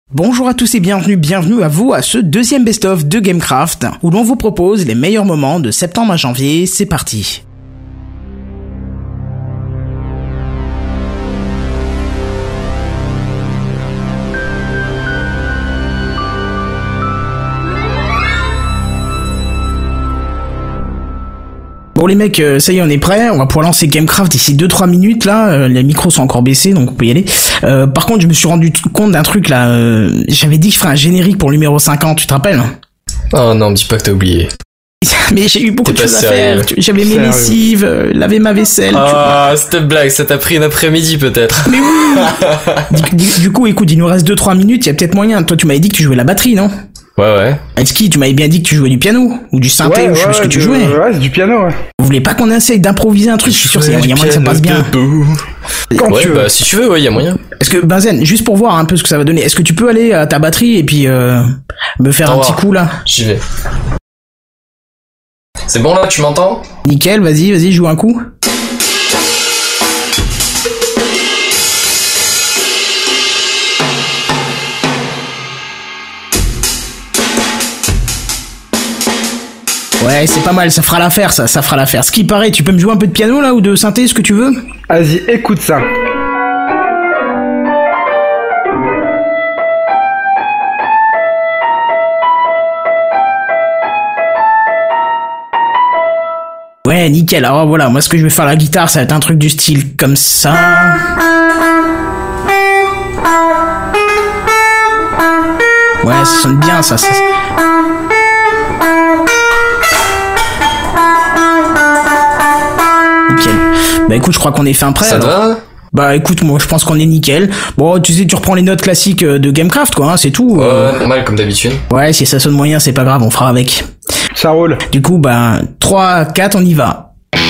Bonjour à tous et bienvenue à vous à ce deuxième best-of de Gamecraft, où l'on vous propose les meilleurs moments de septembre à janvier. C'est parti. Bon les mecs, ça y est, on est prêts, on va pouvoir lancer Gamecraft d'ici 2-3 minutes là, les micros sont encore baissés donc on peut y aller. Par contre je me suis rendu compte d'un truc là, j'avais dit que je ferais un générique pour le numéro 50, tu te rappelles? Oh non, me dis pas que t'as oublié. Mais j'ai eu beaucoup de choses à faire, j'avais mes lessives, laver ma vaisselle. Ah, c'était blague, ça t'a pris une après-midi peut-être. Mais oui. Du coup écoute, il nous reste 2-3 minutes, il y a peut-être moyen. Toi tu m'avais dit que tu jouais la batterie, non? Ouais. Est-ce tu m'avais bien dit que tu jouais du piano ou du synthé ou je sais plus ce que tu jouais. Ouais, c'est du piano, ouais. Vous voulez pas qu'on essaye d'improviser un truc? Je suis sûr qu'il y a moyen que ça passe bien. Quand tu veux. Bah si tu veux, ouais, il y a moyen. Est-ce que Benzen, juste pour voir un peu ce que ça va donner, est-ce que tu peux aller à ta batterie et puis me faire un petit coup là? J'y vais. C'est bon là, tu m'entends? Nickel, vas-y, joue un coup. Ouais, c'est pas mal, ça fera l'affaire, ça fera l'affaire. Ce qui paraît, tu peux me jouer un peu de piano là ou de synthé, ce que tu veux? Vas-y, écoute ça. Ouais, nickel. Alors voilà, moi ce que je vais faire à la guitare, ça va être un truc du style comme ça. Ouais, ça sonne bien ça. Nickel. Bah écoute, je crois qu'on est fin prêt. Ça te va? Bah écoute, moi je pense qu'on est nickel. Bon, tu sais, tu reprends les notes classiques de Gamecraft quoi, hein, c'est tout. Ouais, normal comme d'habitude. Ouais, si ça sonne moyen, c'est pas grave, on fera avec. Ça roule. Du coup, bah 3, 4, on y va.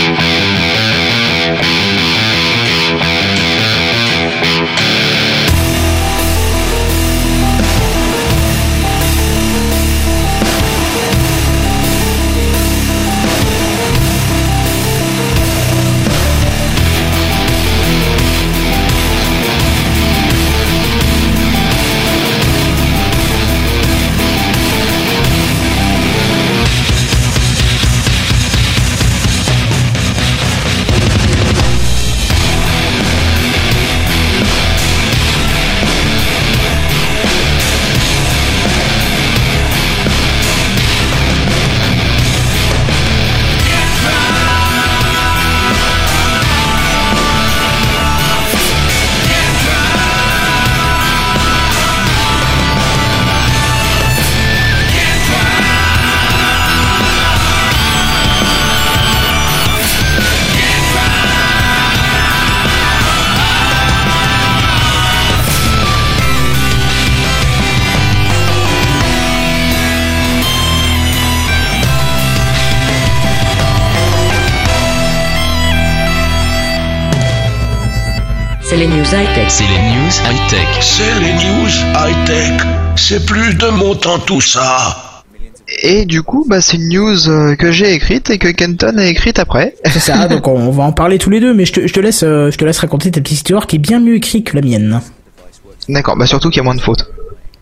C'est les news high-tech. C'est les news high-tech. C'est les news high-tech. C'est plus de mon temps tout ça. Et du coup, bah c'est une news que j'ai écrite et que Kenton a écrite après. C'est ça, donc on va en parler tous les deux, mais je te laisse raconter ta petite histoire qui est bien mieux écrite que la mienne. D'accord, bah surtout qu'il y a moins de fautes.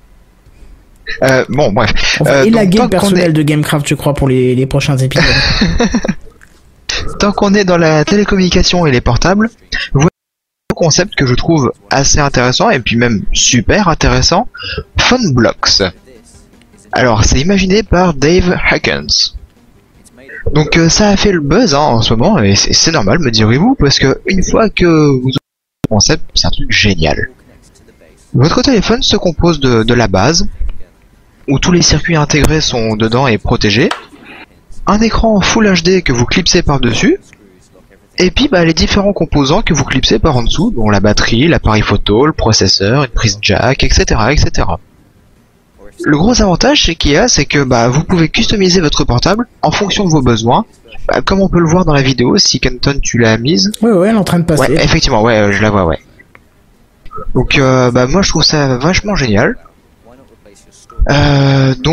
Bon, bref. On va élaguer le personnel de Gamecraft, je crois, pour les prochains épisodes. Tant qu'on est dans la télécommunication et les portables, voilà un concept que je trouve assez intéressant et puis même super intéressant, PhoneBlocks. Alors, c'est imaginé par Dave Hackens. Donc ça a fait le buzz en ce moment, et c'est normal, me direz-vous, parce que une fois que vous avez le concept, c'est un truc génial. Votre téléphone se compose de la base, où tous les circuits intégrés sont dedans et protégés, un écran Full HD que vous clipsez par-dessus, et puis les différents composants que vous clipsez par en dessous, dont la batterie, l'appareil photo, le processeur, une prise jack, etc., etc. Le gros avantage c'est que vous pouvez customiser votre portable en fonction de vos besoins, comme on peut le voir dans la vidéo. Si Kenton tu l'as mise. Ouais, elle est en train de passer. Ouais, effectivement, ouais, je la vois, ouais. Donc moi je trouve ça vachement génial.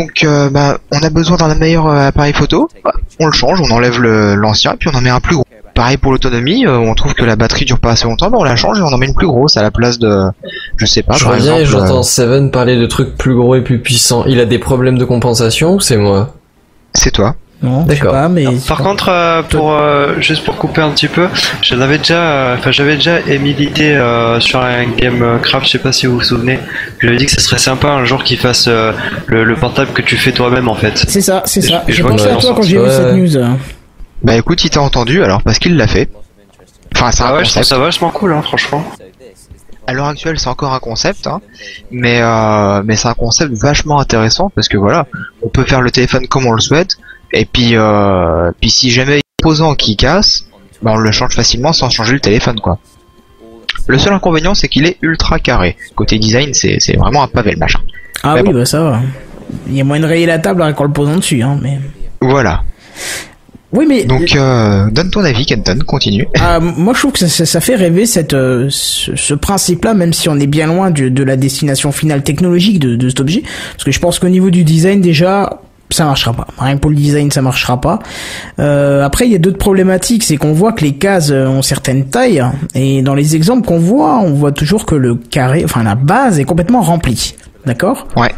On a besoin d'un meilleur appareil photo, on le change, on enlève l'ancien et puis on en met un plus gros. pareil pour l'autonomie, on trouve que la batterie dure pas assez longtemps, on la change et on en met une plus grosse à la place de, je sais pas, Je par reviens exemple. et j'entends Seven parler de trucs plus gros et plus puissants. Il a des problèmes de compensation ou c'est moi? C'est toi. Non, je sais D'accord. pas, mais Par contre, juste pour couper un petit peu, j'avais déjà milité sur un Gamecraft, je sais pas si vous vous souvenez. J'avais dit que ce serait sympa un jour qu'ils fassent le portable que tu fais toi-même en fait. c'est ça. Je J'ai vois pensé que à dans toi le quand j'ai vu sens, cette ouais. news. Bah écoute, il t'a entendu alors parce qu'il l'a fait. Enfin, c'est un Ah ouais, je trouve concept. ça vachement cool, hein, franchement. À l'heure actuelle, c'est encore un concept, hein, mais c'est un concept vachement intéressant parce que voilà, on peut faire le téléphone comme on le souhaite, et puis si jamais il y a un composant qui casse, bah on le change facilement sans changer le téléphone, quoi. Le seul inconvénient, c'est qu'il est ultra carré. Côté design, c'est vraiment un pavé le machin. Ah Mais oui, bon. bah ça va. Il y a moyen de rayer la table en le posant dessus, hein, mais. Voilà. Oui, mais Donc, donne ton avis, Kenton, continue. moi je trouve que ça fait rêver ce principe-là, même si on est bien loin de la destination finale technologique de cet objet, parce que je pense qu'au niveau du design déjà ça marchera pas. Rien que pour le design ça marchera pas. Après il y a d'autres problématiques, c'est qu'on voit que les cases ont certaines tailles, et dans les exemples qu'on voit, on voit toujours que le carré, enfin la base est complètement remplie. D'accord ? Ouais.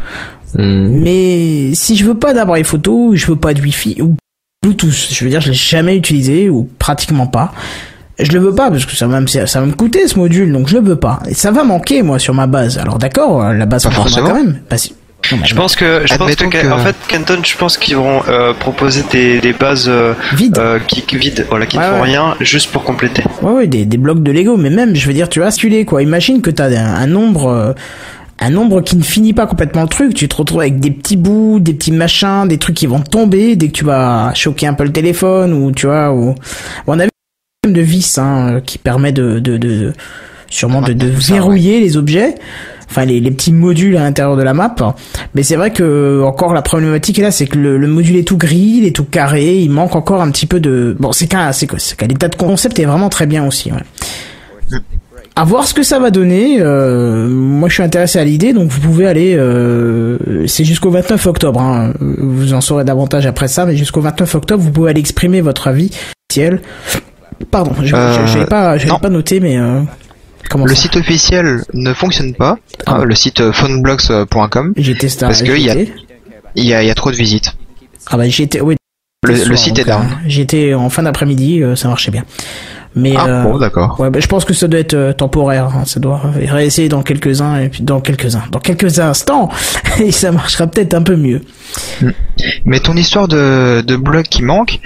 Mais si je veux pas d'appareil photo, je veux pas de Wi-Fi ou Bluetooth, je veux dire, je l'ai jamais utilisé ou pratiquement pas. Je le veux pas parce que ça va me coûter ce module, donc je le veux pas. Et ça va manquer moi sur ma base. Alors d'accord, la base Pas fonctionnera forcément. quand même. Bah, non, mais Je pense que Admettons que- en fait, Kenton, je pense qu'ils vont proposer des bases vide. qui vides, voilà, qui ne Ouais, font ouais. rien, juste pour compléter. Ouais, des blocs de Lego, mais même, je veux dire, tu vas sculer quoi. Imagine que t'as un nombre qui ne finit pas complètement le truc. Tu te retrouves avec des petits bouts, des petits machins, des trucs qui vont tomber dès que tu vas choquer un peu le téléphone ou tu vois. Ou on a vu un système de vis qui permet sûrement de ça, verrouiller les objets. Enfin les petits modules à l'intérieur de la map, mais c'est vrai que encore la problématique est là, c'est que le module est tout gris, il est tout carré, il manque encore un petit peu de c'est qu'à l'état de concept est vraiment très bien aussi. Ouais. À voir ce que ça va donner. Moi je suis intéressé à l'idée, donc vous pouvez aller c'est jusqu'au 29 octobre hein. Vous en saurez davantage après ça, mais jusqu'au 29 octobre vous pouvez aller exprimer votre avis officiel. Pardon, j'avais pas noté, mais comment Le ça site officiel ne fonctionne pas, Ah. le site phoneblocks.com, J'ai testé parce que il y a trop de visites. Ah bah j'étais oui. Le site est down. J'étais en fin d'après-midi, ça marchait bien. Mais Bon, d'accord. ouais, bah, je pense que ça doit être temporaire. Hein, ça doit réessayer dans quelques-uns et puis dans quelques instants, et ça marchera peut-être un peu mieux. Mais ton histoire de blocs qui manquent,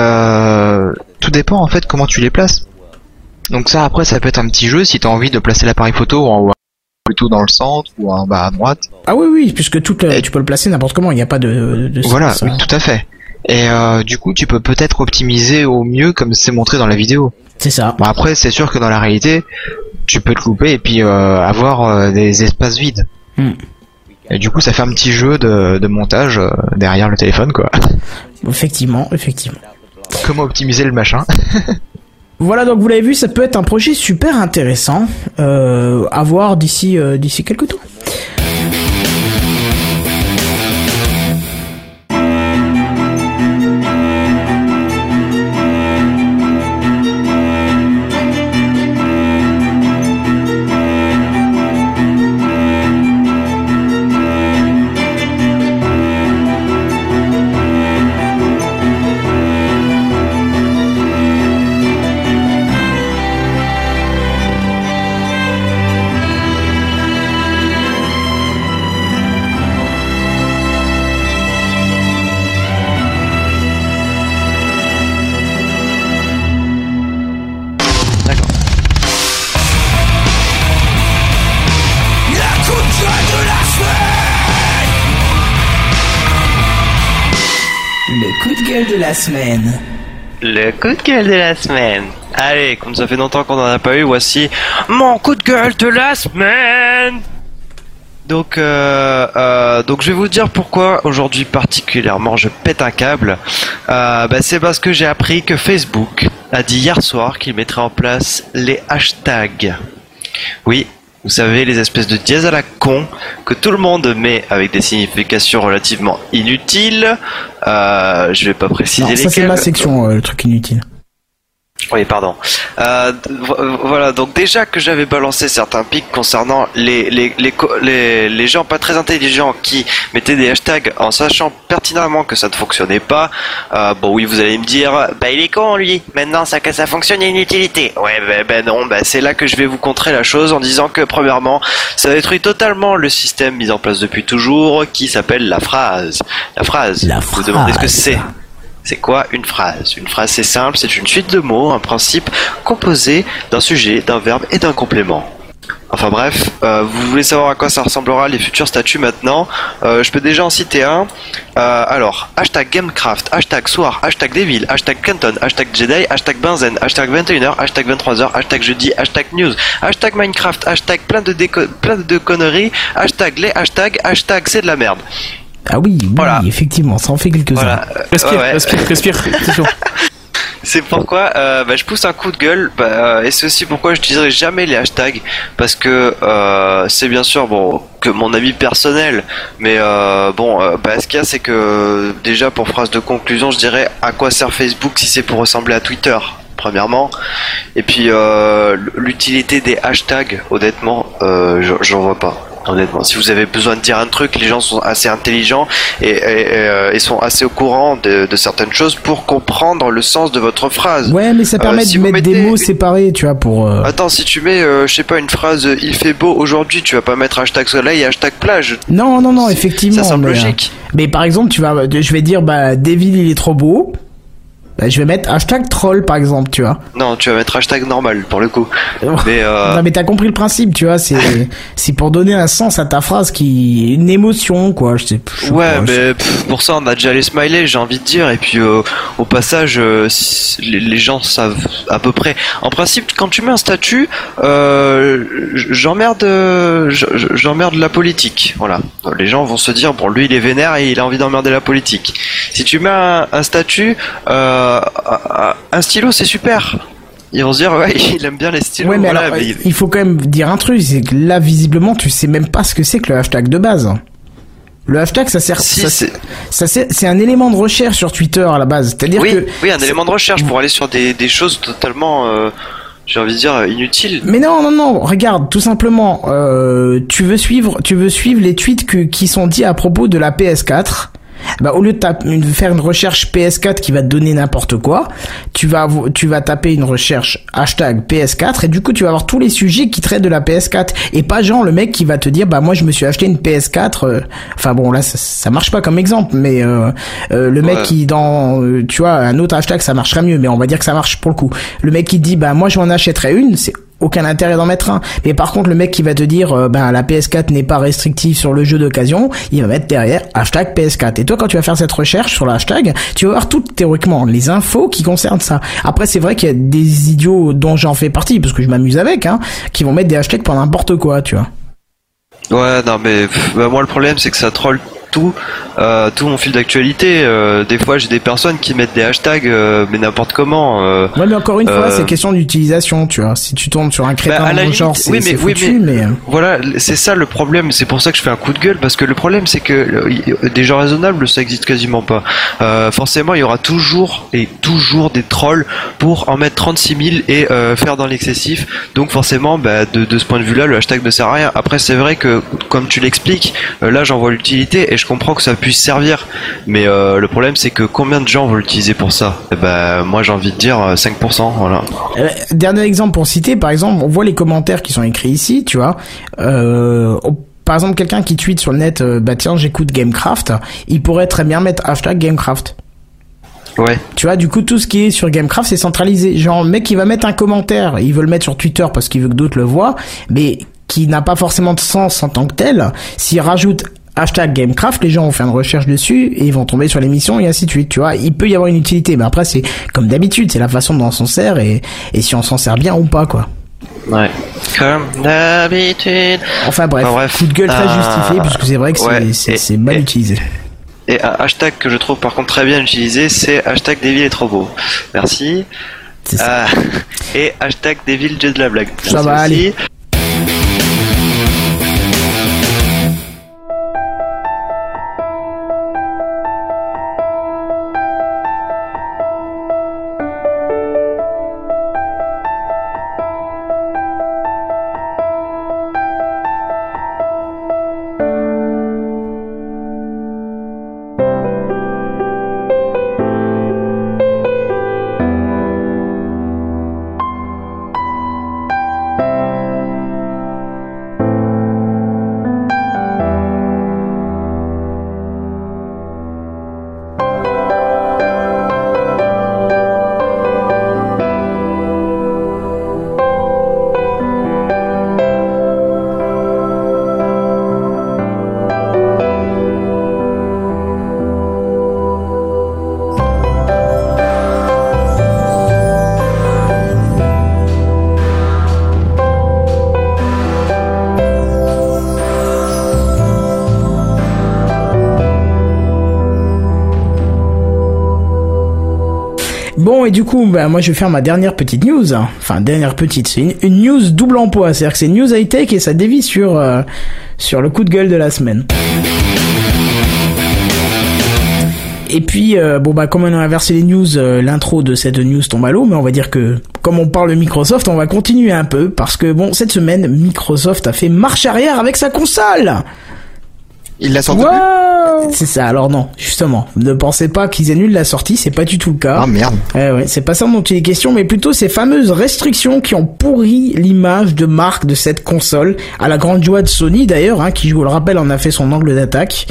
tout dépend en fait comment tu les places. Donc ça après ça peut être un petit jeu si t'as envie de placer l'appareil photo en haut plutôt dans le centre ou en bas à droite. Ah oui, puisque tu peux le placer n'importe comment. Il n'y a pas de Voilà, sens, hein. oui, tout à fait. Et du coup tu peux peut-être optimiser au mieux comme c'est montré dans la vidéo. C'est ça. Bon après c'est sûr que dans la réalité tu peux te louper et puis avoir des espaces vides. Et du coup ça fait un petit jeu de montage derrière le téléphone quoi. Effectivement. Comment optimiser le machin. Voilà, donc vous l'avez vu, ça peut être un projet super intéressant à voir d'ici quelques temps. Le coup de gueule de la semaine. Le coup de gueule de la semaine. Allez, comme ça fait longtemps qu'on en a pas eu, voici mon coup de gueule de la semaine. Donc je vais vous dire pourquoi aujourd'hui particulièrement je pète un câble. C'est parce que j'ai appris que Facebook a dit hier soir qu'il mettrait en place les hashtags. Oui, vous savez, les espèces de dièses à la con que tout le monde met avec des significations relativement inutiles. Je vais pas préciser Non, ça lesquelles. c'est ma section, le truc inutile. Oui, pardon. Voilà, donc déjà que j'avais balancé certains pics concernant les gens pas très intelligents qui mettaient des hashtags en sachant pertinemment que ça ne fonctionnait pas. Bon, oui, vous allez me dire, bah il est con lui. Maintenant, que ça fonctionne, il y a une utilité. Ouais, ben non, c'est là que je vais vous contrer la chose en disant que premièrement, ça détruit totalement le système mis en place depuis toujours, qui s'appelle la phrase. La phrase. Vous demandez ce que c'est. C'est quoi une phrase? Une phrase, c'est simple, c'est une suite de mots, un principe composé d'un sujet, d'un verbe et d'un complément. Enfin bref, vous voulez savoir à quoi ça ressemblera les futurs statuts maintenant? Je peux déjà en citer un. Alors, hashtag Gamecraft, hashtag Soir, hashtag Devil, hashtag Canton, hashtag Jedi, hashtag Benzen, hashtag 21h, hashtag 23h, hashtag Jeudi, hashtag News, hashtag Minecraft, hashtag plein de conneries, hashtag les hashtags, hashtag c'est de la merde. Ah oui, voilà. Effectivement, ça en fait quelques-uns. Voilà. Respire. Attention. C'est pourquoi je pousse un coup de gueule, et c'est aussi pourquoi je n'utiliserai jamais les hashtags, parce que c'est bien sûr que mon avis personnel, mais ce qu'il y a, c'est que déjà pour phrase de conclusion, je dirais à quoi sert Facebook si c'est pour ressembler à Twitter, premièrement, et puis l'utilité des hashtags, honnêtement, j'en vois pas. Honnêtement, si vous avez besoin de dire un truc, les gens sont assez intelligents et sont assez au courant de certaines choses pour comprendre le sens de votre phrase. Ouais, mais ça permet de mettre des mots séparés, tu vois, pour... Attends, si tu mets, je sais pas, une phrase « il fait beau aujourd'hui », tu vas pas mettre hashtag soleil et hashtag plage. Non, effectivement. Ça semble logique. Mais par exemple, je vais dire, Devil, il est trop beau. Je vais mettre hashtag troll par exemple, tu vois. Non, tu vas mettre hashtag normal pour le coup. Mais non, mais t'as compris le principe, tu vois. C'est pour donner un sens à ta phrase, une émotion, quoi. Pour ça on a déjà les smileys, j'ai envie de dire. Et puis au passage, les gens savent à peu près. En principe, quand tu mets un statut, j'emmerde la politique. Voilà. Les gens vont se dire lui il est vénère et il a envie d'emmerder la politique. Si tu mets un statut, un stylo c'est super. Ils vont se dire il aime bien les stylos. Ouais, mais il faut quand même dire un truc, c'est que là visiblement tu sais même pas ce que c'est que le hashtag de base. Le hashtag ça sert c'est un élément de recherche sur Twitter à la base. C'est-à-dire un élément de recherche pour aller sur des choses totalement j'ai envie de dire inutiles. Mais non, regarde, tout simplement tu veux suivre les tweets qui sont dits à propos de la PS4. Au lieu de faire une recherche PS4 qui va te donner n'importe quoi, tu vas taper une recherche hashtag PS4 et du coup tu vas avoir tous les sujets qui traitent de la PS4 et pas genre le mec qui va te dire moi je me suis acheté une PS4 enfin bon là ça marche pas comme exemple mais le mec qui tu vois un autre hashtag ça marcherait mieux mais on va dire que ça marche pour le coup. Le mec qui dit moi je m'en achèterais une, c'est aucun intérêt d'en mettre un. Mais par contre, le mec qui va te dire la PS4 n'est pas restrictive sur le jeu d'occasion, il va mettre derrière hashtag PS4. Et toi, quand tu vas faire cette recherche sur le hashtag, tu vas voir toutes théoriquement les infos qui concernent ça. Après, c'est vrai qu'il y a des idiots dont j'en fais partie, parce que je m'amuse avec, qui vont mettre des hashtags pour n'importe quoi, tu vois. Ouais, non mais moi le problème c'est que ça troll tout mon fil d'actualité. Des fois j'ai des personnes qui mettent des hashtags mais n'importe comment. Ouais, mais encore une fois c'est question d'utilisation, tu vois. Si tu tombes sur un crétin genre c'est foutu, mais voilà, c'est ça le problème. C'est pour ça que je fais un coup de gueule, parce que le problème c'est que des gens raisonnables ça existe quasiment pas. Forcément il y aura toujours des trolls pour en mettre 36 000 et faire dans l'excessif. Donc forcément de ce point de vue là le hashtag ne sert à rien. Après c'est vrai que comme tu l'expliques, là j'en vois l'utilité et je comprends que ça puisse servir, mais le problème c'est que combien de gens vont l'utiliser pour ça? Moi j'ai envie de dire 5%, voilà. Dernier exemple pour citer, par exemple, on voit les commentaires qui sont écrits ici, tu vois. Par exemple, quelqu'un qui tweet sur le net, tiens, j'écoute Gamecraft, il pourrait très bien mettre hashtag Gamecraft. Ouais. Tu vois, du coup, tout ce qui est sur Gamecraft, c'est centralisé. Genre, le mec, il va mettre un commentaire, il veut le mettre sur Twitter parce qu'il veut que d'autres le voient, mais qui n'a pas forcément de sens en tant que tel. S'il rajoute hashtag Gamecraft, les gens vont faire une recherche dessus et ils vont tomber sur l'émission et ainsi de suite, tu vois. Il peut y avoir une utilité, mais après, c'est comme d'habitude, c'est la façon dont on s'en sert et si on s'en sert bien ou pas, quoi. Ouais. Comme d'habitude. Enfin bref, coup de gueule très justifié, puisque c'est vrai que c'est mal utilisé. Et un hashtag que je trouve par contre très bien utilisé, c'est hashtag Devil est trop beau. Merci. C'est ça. Et hashtag Devil j'ai de la blague. Ça va aller. Bon, et du coup, moi je vais faire ma dernière petite news. Enfin, dernière petite, c'est une news double emploi. C'est-à-dire que c'est news high-tech et ça dévie sur le coup de gueule de la semaine. Et puis, comme on a inversé les news, l'intro de cette news tombe à l'eau, mais on va dire que, comme on parle de Microsoft, on va continuer un peu, parce que cette semaine, Microsoft a fait marche arrière avec sa console. Il l'a sorti. Wow. C'est ça, alors non, justement. Ne pensez pas qu'ils annulent la sortie, c'est pas du tout le cas. Ah merde. Ouais, c'est pas ça dont il est question, mais plutôt ces fameuses restrictions qui ont pourri l'image de marque de cette console, à la grande joie de Sony d'ailleurs, qui, je vous le rappelle, en a fait son angle d'attaque.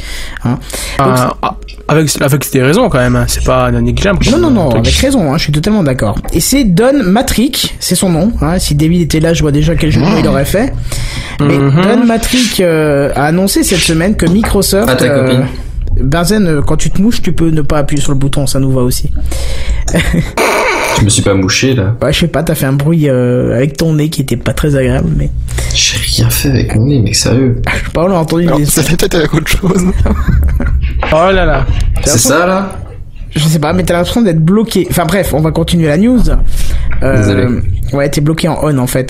Avec des raisons quand même, c'est pas négligeable. Non, avec raison, je suis totalement d'accord. Et c'est Don Matrick, c'est son nom. Si David était là, je vois déjà quel jeu il aurait fait. Mais Don Matrick a annoncé cette semaine que Microsoft... ta copine. Benzen, quand tu te mouches, tu peux ne pas appuyer sur le bouton, ça nous va aussi. Je me suis pas mouché là. Ouais, je sais pas, t'as fait un bruit avec ton nez qui était pas très agréable, mais... J'ai rien fait avec mon nez, mec, sérieux. Je sais pas, on a entendu... Ça fait peut-être avec autre chose. Oh là là. C'est ça là? Je sais pas, mais t'as l'impression d'être bloqué. Enfin bref, on va continuer la news. Désolé. Ouais, t'es bloqué en on en fait.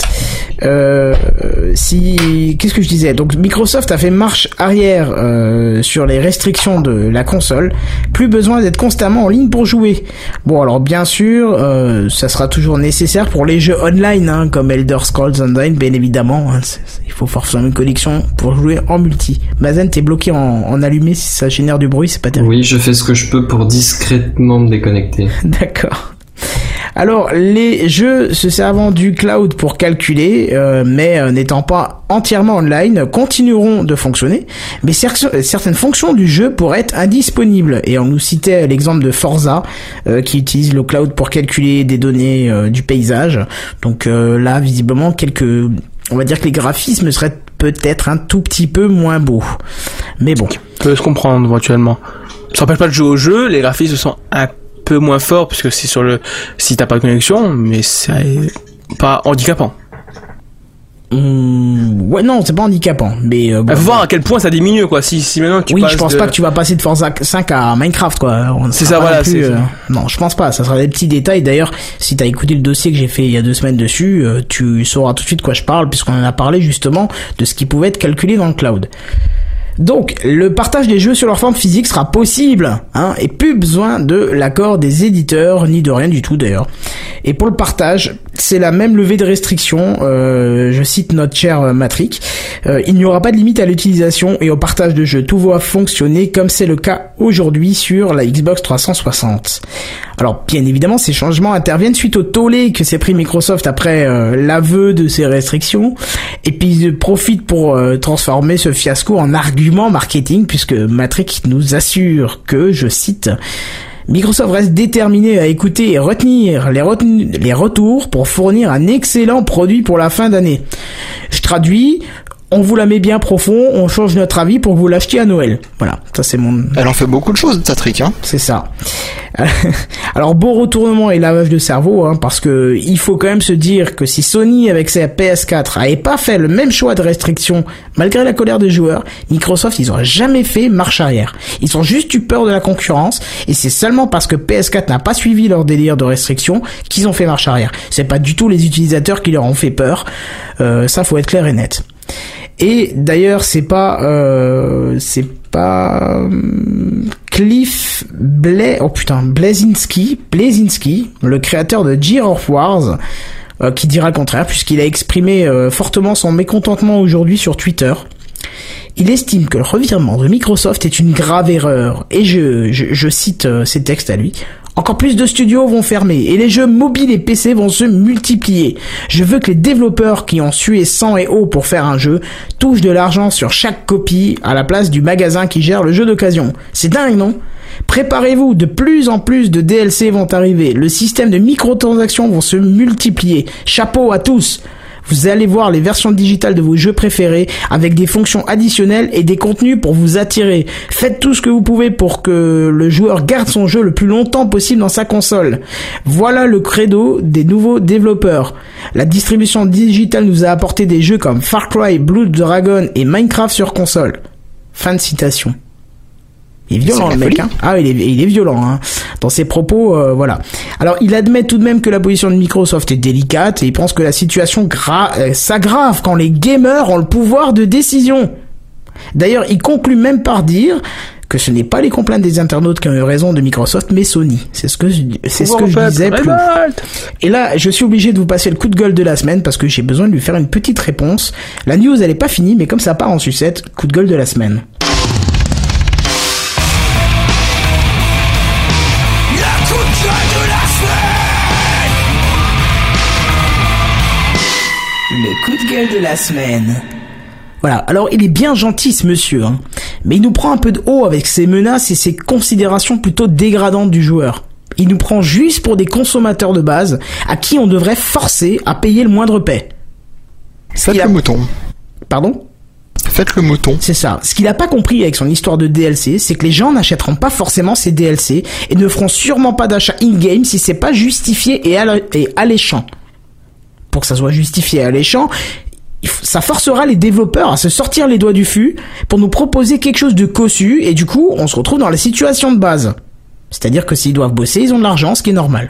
Qu'est-ce que je disais? Donc Microsoft a fait marche arrière sur les restrictions de la console. Plus besoin d'être constamment en ligne pour jouer. Bon, alors bien sûr, ça sera toujours nécessaire pour les jeux online, comme Elder Scrolls Online, bien évidemment. Il faut forcément une connexion pour jouer en multi. Mazen, t'es bloqué en allumé, si ça génère du bruit, c'est pas terrible. Oui, je fais ce que je peux pour discrètement me déconnecter. D'accord. Alors, les jeux se servant du cloud pour calculer, mais n'étant pas entièrement online, continueront de fonctionner, mais certaines fonctions du jeu pourraient être indisponibles. Et on nous citait l'exemple de Forza, qui utilise le cloud pour calculer des données du paysage. Donc là, visiblement, on va dire que les graphismes seraient peut-être un tout petit peu moins beaux. Mais bon. Peut se comprendre éventuellement. Ça n'empêche pas de jouer au jeu, les graphismes sont un peu moins forts puisque c'est si t'as pas de connexion, mais c'est pas handicapant. Ouais, non, c'est pas handicapant, mais faut voir à quel point ça diminue, quoi. Si maintenant tu passes je pense pas que tu vas passer de Forza 5 à Minecraft, quoi. C'est ça, voilà. Non, je pense pas. Ça sera des petits détails. D'ailleurs, si t'as écouté le dossier que j'ai fait il y a 2 semaines dessus, tu sauras tout de suite de quoi je parle, puisqu'on en a parlé justement de ce qui pouvait être calculé dans le cloud. Donc, le partage des jeux sur leur forme physique sera possible, et plus besoin de l'accord des éditeurs, ni de rien du tout d'ailleurs. Et pour le partage, c'est la même levée de restrictions, je cite notre cher Matrick, il n'y aura pas de limite à l'utilisation et au partage de jeux. Tout va fonctionner comme c'est le cas aujourd'hui sur la Xbox 360. Alors, bien évidemment, ces changements interviennent suite au tollé que s'est pris Microsoft après l'aveu de ces restrictions, et puis ils profitent pour transformer ce fiasco en argument marketing, puisque Matrick nous assure que, je cite, Microsoft reste déterminé à écouter et retenir les retours pour fournir un excellent produit pour la fin d'année. Je traduis, on vous la met bien profond, on change notre avis pour que vous l'achetiez à Noël. Voilà, ça c'est mon... Elle en fait beaucoup de choses, ta trick, C'est ça. Alors, beau retournement et lavage de cerveau, parce que il faut quand même se dire que si Sony, avec sa PS4, avait pas fait le même choix de restriction, malgré la colère des joueurs, Microsoft, ils auraient jamais fait marche arrière. Ils ont juste eu peur de la concurrence, et c'est seulement parce que PS4 n'a pas suivi leur délire de restriction qu'ils ont fait marche arrière. C'est pas du tout les utilisateurs qui leur ont fait peur. Ça, faut être clair et net. Et d'ailleurs, c'est pas Cliff Bleszinski, le créateur de Gears of War, qui dira le contraire, puisqu'il a exprimé fortement son mécontentement aujourd'hui sur Twitter. Il estime que le revirement de Microsoft est une grave erreur, et je cite ses textes à lui. Encore plus de studios vont fermer et les jeux mobiles et PC vont se multiplier. Je veux que les développeurs qui ont sué sang et eau pour faire un jeu touchent de l'argent sur chaque copie à la place du magasin qui gère le jeu d'occasion. C'est dingue, non ? Préparez-vous, de plus en plus de DLC vont arriver. Le système de microtransactions vont se multiplier. Chapeau à tous. Vous allez voir les versions digitales de vos jeux préférés avec des fonctions additionnelles et des contenus pour vous attirer. Faites tout ce que vous pouvez pour que le joueur garde son jeu le plus longtemps possible dans sa console. Voilà le credo des nouveaux développeurs. La distribution digitale nous a apporté des jeux comme Far Cry, Blood Dragon et Minecraft sur console. Fin de citation. Il est violent, C'est le la mec, folie. hein. Ah, il est violent, hein. Dans ses propos, voilà. Alors, il admet tout de même que la position de Microsoft est délicate et il pense que la situation s'aggrave quand les gamers ont le pouvoir de décision. D'ailleurs, il conclut même par dire que ce n'est pas les complaintes des internautes qui ont eu raison de Microsoft, mais Sony. C'est ce que je disais plus. Et là, je suis obligé de vous passer le coup de gueule de la semaine parce que j'ai besoin de lui faire une petite réponse. La news, elle est pas finie, mais comme ça part en sucette, coup de gueule de la semaine. Le coup de gueule de la semaine. Voilà, alors il est bien gentil ce monsieur, hein, mais il nous prend un peu de haut avec ses menaces et ses considérations plutôt dégradantes du joueur. Il nous prend juste pour des consommateurs de base à qui on devrait forcer à payer le moindre paie. Faites le mouton. Pardon ? Faites le mouton. C'est ça. Ce qu'il a pas compris avec son histoire de DLC, c'est que les gens n'achèteront pas forcément ces DLC et ne feront sûrement pas d'achat in-game si c'est pas justifié et alléchant. Pour que ça soit justifié et alléchant, ça forcera les développeurs à se sortir les doigts du fût pour nous proposer quelque chose de cossu et du coup, on se retrouve dans la situation de base. C'est-à-dire que s'ils doivent bosser, ils ont de l'argent, ce qui est normal.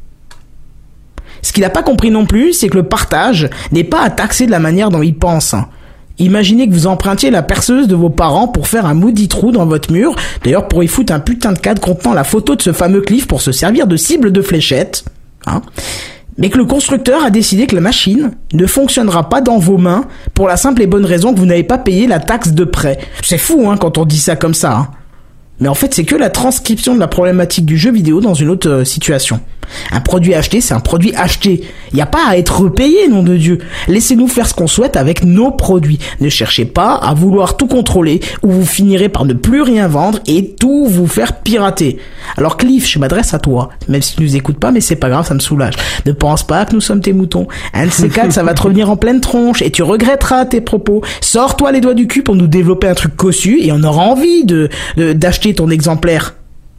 Ce qu'il a pas compris non plus, c'est que le partage n'est pas à taxer de la manière dont il pense. Imaginez que vous empruntiez la perceuse de vos parents pour faire un maudit trou dans votre mur, d'ailleurs pour y foutre un putain de cadre contenant la photo de ce fameux Cliff pour se servir de cible de fléchette, hein. Mais que le constructeur a décidé que la machine ne fonctionnera pas dans vos mains pour la simple et bonne raison que vous n'avez pas payé la taxe de prêt. C'est fou, hein, quand on dit ça comme ça, hein. Mais en fait, c'est que la transcription de la problématique du jeu vidéo dans une autre situation. Un produit acheté, c'est un produit acheté. Il n'y a pas à être repayé, nom de Dieu. Laissez-nous faire ce qu'on souhaite avec nos produits. Ne cherchez pas à vouloir tout contrôler ou vous finirez par ne plus rien vendre et tout vous faire pirater. Alors Cliff, je m'adresse à toi. Même si tu nous écoutes pas, mais c'est pas grave, ça me soulage. Ne pense pas que nous sommes tes moutons. Un de ces quatre, ça va te revenir en pleine tronche et tu regretteras tes propos. Sors-toi les doigts du cul pour nous développer un truc cossu et on aura envie d'acheter ton exemplaire.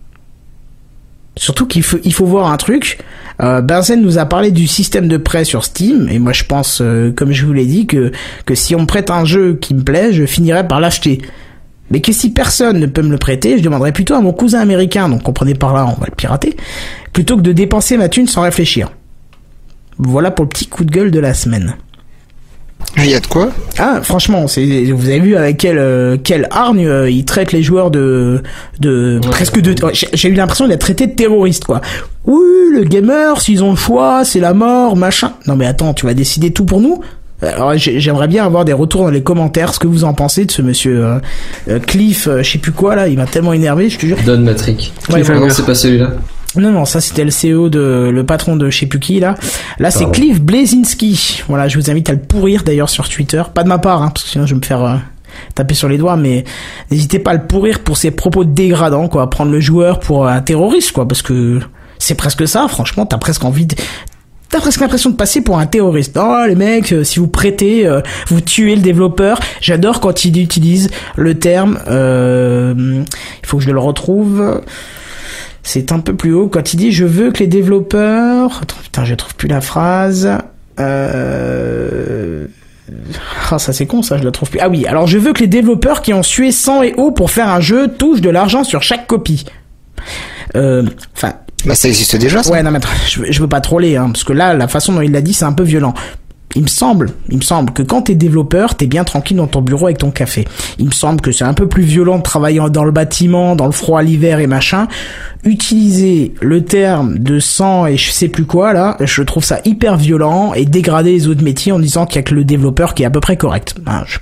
Surtout qu'il faut voir un truc. Benzen nous a parlé du système de prêt sur Steam et moi je pense, comme je vous l'ai dit, que si on me prête un jeu qui me plaît, je finirai par l'acheter. Mais que si personne ne peut me le prêter, je demanderai plutôt à mon cousin américain, donc comprenez par là, on va le pirater, plutôt que de dépenser ma thune sans réfléchir. Voilà pour le petit coup de gueule de la semaine. Il y a de quoi? Ah, franchement, vous avez vu avec quelle hargne il traite les joueurs de presque de. J'ai eu l'impression d'être traité de terroriste, quoi. Oui, le gamer, s'ils ont le choix, c'est la mort, machin. Non mais attends, tu vas décider tout pour nous? Alors j'aimerais bien avoir des retours dans les commentaires, ce que vous en pensez de ce monsieur Cliff, je sais plus quoi là, il m'a tellement énervé, je te jure. Don Matrick. Ouais, non, c'est pas celui-là. Non, ça c'était le CEO le patron de je sais plus qui là. Là c'est Cliff Bleszinski. Voilà, je vous invite à le pourrir d'ailleurs sur Twitter. Pas de ma part, hein, parce que sinon je vais me faire taper sur les doigts, mais n'hésitez pas à le pourrir pour ses propos dégradants, quoi. Prendre le joueur pour un terroriste, quoi, parce que c'est presque ça, franchement, t'as presque l'impression de passer pour un terroriste. Oh les mecs, si vous prêtez, vous tuez le développeur. J'adore quand il utilise le terme, il faut que je le retrouve. C'est un peu plus haut quand il dit je veux que les développeurs... Attends, putain, je trouve plus la phrase. Ah, ça c'est con, ça, je la trouve plus. Ah oui, alors je veux que les développeurs qui ont sué sang et eau pour faire un jeu touchent de l'argent sur chaque copie. Enfin... Bah ça existe déjà, ça. Ouais, non mais attends, je veux pas troller, hein, parce que là, la façon dont il l'a dit, c'est un peu violent. Il me semble que quand t'es développeur, t'es bien tranquille dans ton bureau avec ton café. Il me semble que c'est un peu plus violent de travailler dans le bâtiment, dans le froid l'hiver et machin. Utiliser le terme de sang et je sais plus quoi, là, je trouve ça hyper violent et dégrader les autres métiers en disant qu'il y a que le développeur qui est à peu près correct.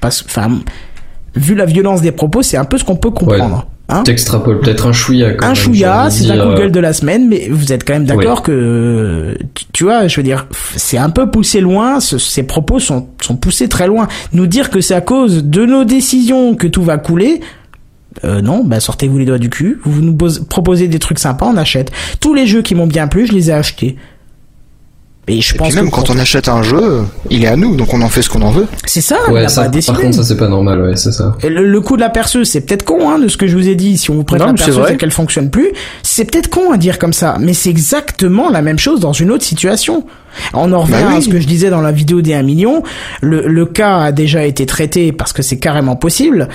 Vu la violence des propos, c'est un peu ce qu'on peut comprendre. Ouais. Hein, t'extrapoles peut-être un chouïa. Un chouïa, c'est un coup de gueule de la semaine, mais vous êtes quand même d'accord que, tu vois, je veux dire, c'est un peu poussé loin, ces propos sont poussés très loin. Nous dire que c'est à cause de nos décisions que tout va couler, non, bah sortez-vous les doigts du cul, vous nous proposez des trucs sympas, on achète. Tous les jeux qui m'ont bien plu, je les ai achetés. Et je pense puis même quand on achète un jeu, il est à nous, donc on en fait ce qu'on en veut. C'est ça, ouais, on n'a pas décidé. Par contre, ça c'est pas normal, ouais, c'est ça. Et le coup de la perceuse, c'est peut-être con, hein, de ce que je vous ai dit. Si on vous prête la perceuse et qu'elle fonctionne plus, c'est peut-être con à dire comme ça, mais c'est exactement la même chose dans une autre situation. On en revient à ce que je disais dans la vidéo des 1 million. Le cas a déjà été traité parce que c'est carrément possible.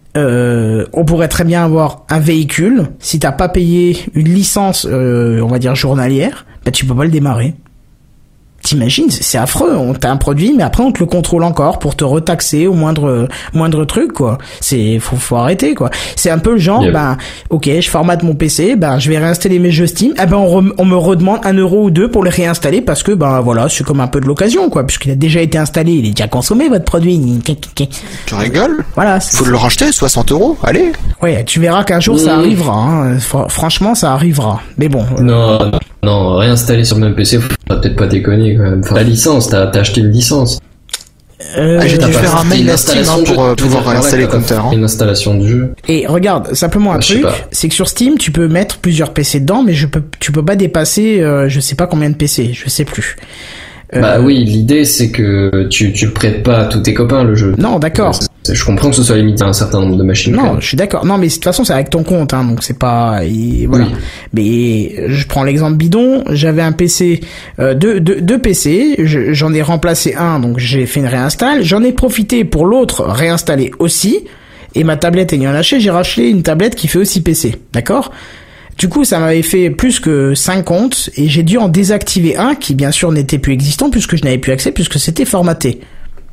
on pourrait très bien avoir un véhicule. Si t'as pas payé une licence, on va dire journalière, bah tu peux pas le démarrer. T'imagines, c'est affreux. T'as un produit, mais après on te le contrôle encore pour te retaxer au moindre truc, quoi. Faut arrêter, quoi. C'est un peu le genre, ok, je formate mon PC, je vais réinstaller mes jeux Steam, on me redemande 1 euro ou 2 pour les réinstaller parce que, voilà, c'est comme un peu de l'occasion, quoi, puisqu'il a déjà été installé, il est déjà consommé, votre produit. Tu rigoles? Voilà. Faut le racheter, 60 euros, allez. Ouais, tu verras qu'un jour ça arrivera, hein. Franchement, ça arrivera. Mais bon. Non, réinstaller sur le même PC, faut peut-être pas déconner quand même. Enfin, la licence, t'as acheté une licence. J'ai dû faire un mail à Steam pour pouvoir réinstaller Counter. Une installation de jeu. Et regarde, simplement un truc, c'est que sur Steam, tu peux mettre plusieurs PC dedans, mais tu peux pas dépasser, je sais pas combien de PC, je sais plus. Oui, l'idée c'est que tu prêtes pas à tous tes copains le jeu. Non, d'accord. Je comprends que ce soit limité à un certain nombre de machines. Non, je suis d'accord. Non, mais de toute façon, c'est avec ton compte, hein, donc c'est pas, voilà. Oui. Mais je prends l'exemple bidon. J'avais un PC, deux PC. J'en ai remplacé un, donc j'ai fait une réinstalle. J'en ai profité pour l'autre réinstaller aussi. Et ma tablette ayant lâché, j'ai racheté une tablette qui fait aussi PC. D'accord? Du coup, ça m'avait fait plus que 5 comptes et j'ai dû en désactiver un qui, bien sûr, n'était plus existant puisque je n'avais plus accès puisque c'était formaté.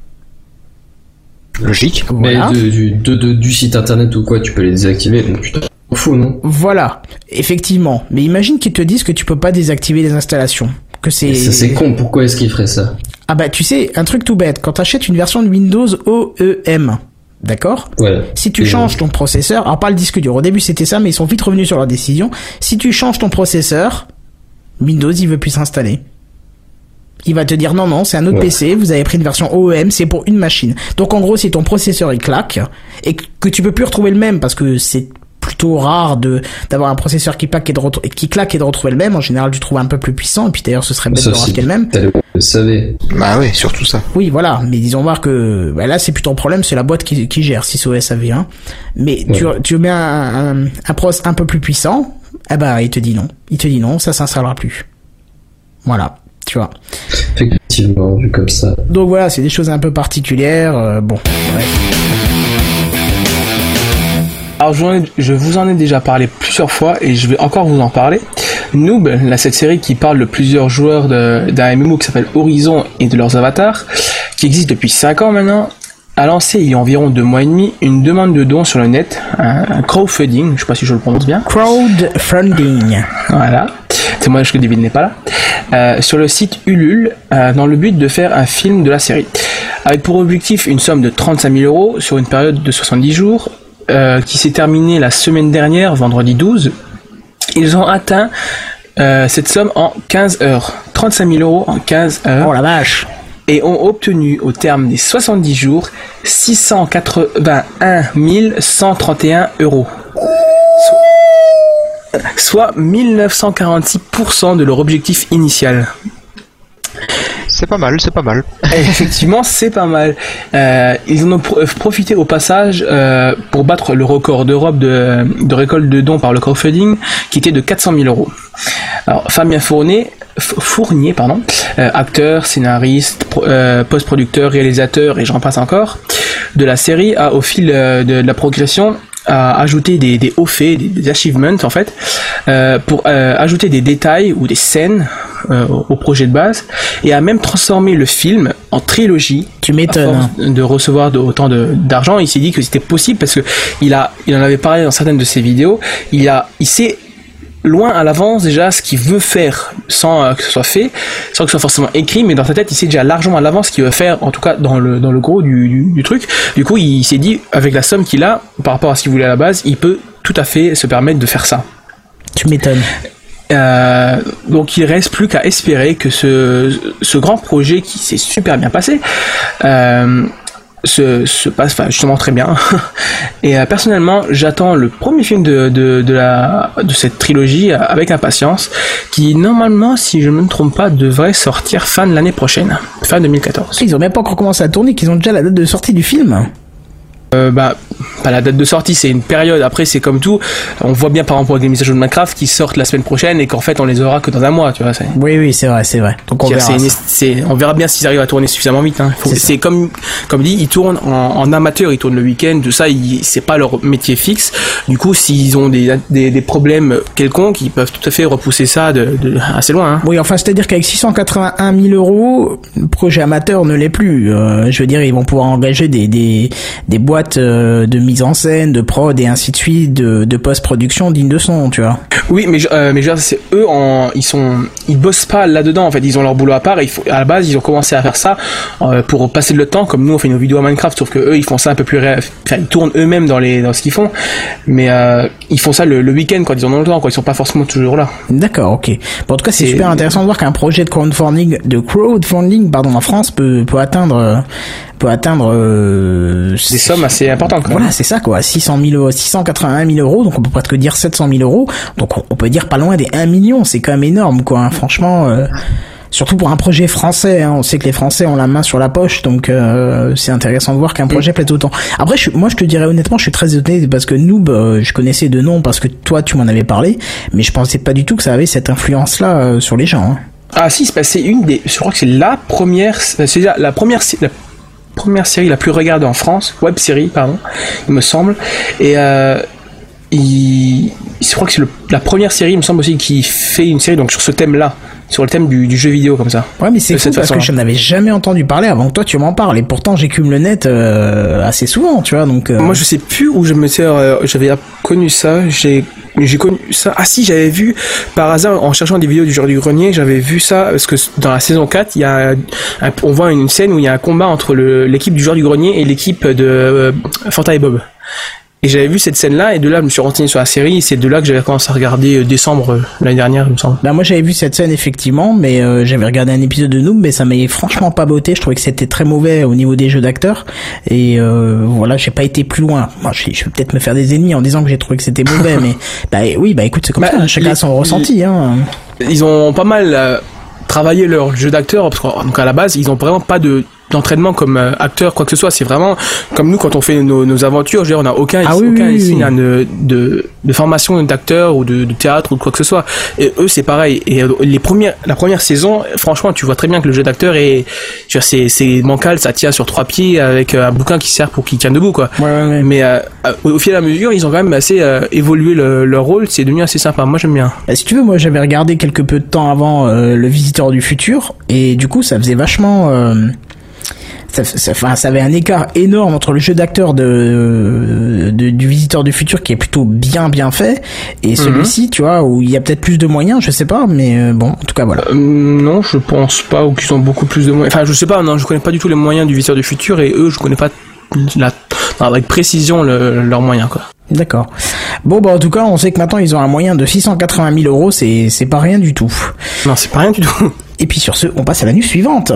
Logique. Voilà. Mais du site internet ou quoi, tu peux les désactiver, donc tu t'en fous, non? Voilà, effectivement. Mais imagine qu'ils te disent que tu peux pas désactiver les installations. Que c'est... Ça, c'est con, pourquoi est-ce qu'ils feraient ça? Ah tu sais, un truc tout bête, quand t'achètes une version de Windows OEM, d'accord? Ouais. Si tu changes ton processeur, alors pas le disque dur, au début c'était ça, mais ils sont vite revenus sur leur décision. Si tu changes ton processeur, Windows il veut plus s'installer. Il va te dire non, c'est un autre PC, vous avez pris une version OEM, c'est pour une machine. Donc en gros, si ton processeur il claque et que tu peux plus retrouver le même parce que c'est plutôt rare d'avoir un processeur qui claque et de retrouver le même. En général, tu trouves un peu plus puissant et puis d'ailleurs ce serait bête de racheter le même. Le savais. Bah oui, surtout ça. Oui, voilà, mais disons voir que là c'est plus ton problème, c'est la boîte qui gère SysOS AV1. Mais tu mets un pros un peu plus puissant, il te dit non, ça s'installera plus. Voilà. Tu vois. Effectivement, vu comme ça. Donc voilà, c'est des choses un peu particulières. Bon, bref. Alors je vous en ai déjà parlé plusieurs fois et je vais encore vous en parler. Noob, cette série qui parle de plusieurs joueurs d'un MMO qui s'appelle Horizon et de leurs avatars, qui existe depuis 5 ans maintenant, a lancé il y a environ 2 mois et demi une demande de dons sur le net, un crowdfunding, je sais pas si je le prononce bien. Crowdfunding. Voilà. C'est moi que David n'est pas là. Sur le site Ulule, dans le but de faire un film de la série. Avec pour objectif une somme de 35 000 euros sur une période de 70 jours, qui s'est terminée la semaine dernière, vendredi 12. Ils ont atteint cette somme en 15 heures. 35 000 euros en 15 heures. Oh la vache! Et ont obtenu au terme des 70 jours 681 131 euros. Soit 1946% de leur objectif initial. C'est pas mal. Et effectivement, c'est pas mal. Ils en ont profité au passage pour battre le record d'Europe de récolte de dons par le crowdfunding, qui était de 400 000 euros. Alors, Fabien Fournier, acteur, scénariste, post-producteur, réalisateur et j'en passe encore, de la série, a au fil de la progression à ajouter des hauts faits, des achievements en fait, pour ajouter des détails ou des scènes au projet de base, et a même transformé le film en trilogie. Tu m'étonnes. De recevoir autant d'argent, il s'est dit que c'était possible parce que il en avait parlé dans certaines de ses vidéos. Il sait loin à l'avance déjà ce qu'il veut faire sans que ce soit fait, sans que ce soit forcément écrit, mais dans sa tête il sait déjà largement à l'avance ce qu'il veut faire, en tout cas dans le gros du truc. Du coup il s'est dit, avec la somme qu'il a par rapport à ce qu'il voulait à la base, il peut tout à fait se permettre de faire ça. Tu m'étonnes. Donc il reste plus qu'à espérer que ce grand projet qui s'est super bien passé se passe justement très bien. Et personnellement j'attends le premier film de cette trilogie avec impatience, qui normalement, si je ne me trompe pas, devrait sortir fin de l'année prochaine, fin 2014. Ils ont même pas encore commencé à tourner, qu'ils ont déjà la date de sortie du film. Pas la date de sortie, c'est une période. Après, c'est comme tout. On voit bien par exemple avec les mises à jour de Minecraft qui sortent la semaine prochaine et qu'en fait on les aura que dans un mois, tu vois. Oui, c'est vrai. Donc on verra. On verra bien s'ils arrivent à tourner suffisamment vite. Hein. C'est comme dit, ils tournent en amateur, ils tournent le week-end, tout ça. C'est pas leur métier fixe. Du coup, s'ils ont des problèmes quelconques, ils peuvent tout à fait repousser ça de assez loin. Hein. Oui, enfin, c'est-à-dire qu'avec 681 000 €, le projet amateur ne l'est plus. Je veux dire, ils vont pouvoir engager des boîtes de mise en scène, de prod et ainsi de suite, de post-production dignes de son, tu vois. Oui, mais c'est eux, ils bossent pas là-dedans. En fait, ils ont leur boulot à part. À la base, ils ont commencé à faire ça pour passer le temps, comme nous on fait nos vidéos à Minecraft, sauf que eux, ils font ça un peu plus ils tournent eux-mêmes dans ce qu'ils font, mais ils font ça le week-end quand ils en ont le temps, quoi. Ils sont pas forcément toujours là. D'accord, ok. Bon, en tout cas, c'est super intéressant de voir qu'un projet de crowdfunding en France peut atteindre des sommes assez importantes. Quand même. Voilà, c'est ça quoi, 681 000 €, donc on peut presque dire 700 000 €, donc on peut dire pas loin des 1 million, c'est quand même énorme quoi, hein. Franchement, surtout pour un projet français, hein. On sait que les Français ont la main sur la poche, donc c'est intéressant de voir qu'un projet plaît autant. Après, moi je te dirais honnêtement, je suis très étonné parce que Noob, je connaissais de nom parce que toi tu m'en avais parlé, mais je pensais pas du tout que ça avait cette influence-là sur les gens. Hein. Ah si, c'est je crois que c'est la première série la plus regardée en France, web série pardon, il me semble, et je crois que c'est la première série, il me semble aussi, qui fait une série donc sur ce thème-là, sur le thème du jeu vidéo comme ça. Ouais, mais c'est fou parce que je n'avais jamais entendu parler avant que toi tu m'en parles, et pourtant j'écume le net assez souvent, tu vois. Donc moi je sais plus où j'avais connu ça. J'ai connu ça. Ah si, j'avais vu par hasard en cherchant des vidéos du Joueur du Grenier, j'avais vu ça parce que dans la saison 4, il y a on voit une scène où il y a un combat entre l'équipe du Joueur du Grenier et l'équipe de Fanta et Bob. Et j'avais vu cette scène-là, et de là, je me suis renseigné sur la série, et c'est de là que j'avais commencé à regarder décembre l'année dernière, il me semble. Bah, moi, j'avais vu cette scène, effectivement, mais j'avais regardé un épisode de Noob, mais ça m'avait franchement pas botté. Je trouvais que c'était très mauvais au niveau des jeux d'acteurs, et voilà, j'ai pas été plus loin. Moi, je vais peut-être me faire des ennemis en disant que j'ai trouvé que c'était mauvais, mais écoute, c'est comme ça, hein, chacun a son ressenti, hein. Ils ont pas mal travaillé leur jeu d'acteur, parce que, donc à la base, ils ont vraiment pas d'entraînement comme acteur, quoi que ce soit. C'est vraiment comme nous quand on fait nos aventures. Je veux dire, on n'a aucun signe de formation d'acteur ou de théâtre ou de quoi que ce soit. Et eux, c'est pareil. Et la première saison, franchement, tu vois très bien que le jeu d'acteur c'est bancal, ça tient sur 3 pieds avec un bouquin qui sert pour qu'il tienne debout, quoi. Ouais. Mais au fil et à mesure, ils ont quand même assez évolué leur rôle. C'est devenu assez sympa. Moi, j'aime bien. Si tu veux, moi, j'avais regardé quelque peu de temps avant Le Visiteur du Futur, et du coup, ça faisait vachement ça avait un écart énorme entre le jeu d'acteur du Visiteur du Futur, qui est plutôt bien fait, et celui-ci, tu vois, où il y a peut-être plus de moyens, je sais pas, mais bon, en tout cas, voilà. Non, je pense pas, ou qu'ils ont beaucoup plus de moyens. Enfin, je sais pas, non, je connais pas du tout les moyens du Visiteur du Futur, et eux, je connais pas avec précision leurs moyens, quoi. D'accord. Bon, bah, en tout cas, on sait que maintenant, ils ont un moyen de 680 000 €, c'est pas rien du tout. Non, c'est pas rien du tout. Et puis, sur ce, on passe à la news suivante.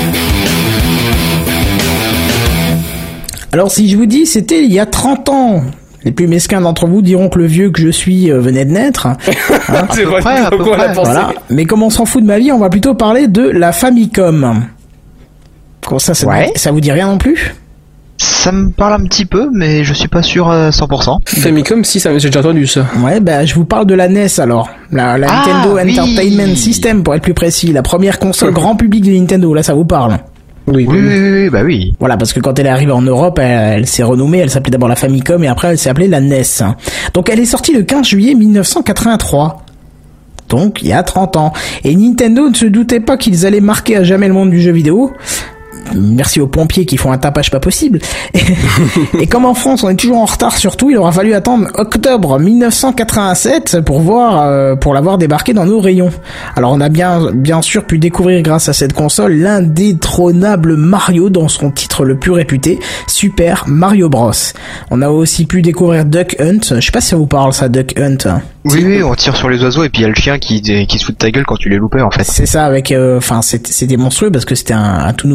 Alors, si je vous dis, c'était il y a 30 ans, les plus mesquins d'entre vous diront que le vieux que je suis venait de naître. Hein. C'est vrai, à peu près. Voilà. Mais comme on s'en fout de ma vie, on va plutôt parler de la Famicom. Comment ça vous dit rien non plus ? Ça me parle un petit peu, mais je suis pas sûr à 100%. Famicom, si, j'ai déjà entendu ça. Ouais, bah, je vous parle de la NES alors. La Nintendo Entertainment System, pour être plus précis. La première console grand public de Nintendo, là, ça vous parle ? Oui, bah oui. Voilà, parce que quand elle est arrivée en Europe, elle s'est renommée, elle s'appelait d'abord la Famicom et après elle s'est appelée la NES. Donc elle est sortie le 15 juillet 1983. Donc il y a 30 ans. Et Nintendo ne se doutait pas qu'ils allaient marquer à jamais le monde du jeu vidéo. Merci aux pompiers qui font un tapage pas possible. Et comme en France on est toujours en retard sur tout, il aura fallu attendre octobre 1987 pour l'avoir débarqué dans nos rayons. Alors on a bien sûr pu découvrir grâce à cette console l'indétrônable Mario dans son titre le plus réputé, Super Mario Bros. On a aussi pu découvrir Duck Hunt. Je sais pas si ça vous parle ça, Duck Hunt. Oui, on tire sur les oiseaux et puis il y a le chien qui se fout de ta gueule quand tu les loupais en fait. C'est ça, avec c'était monstrueux parce que c'était un tout nouvel accessoire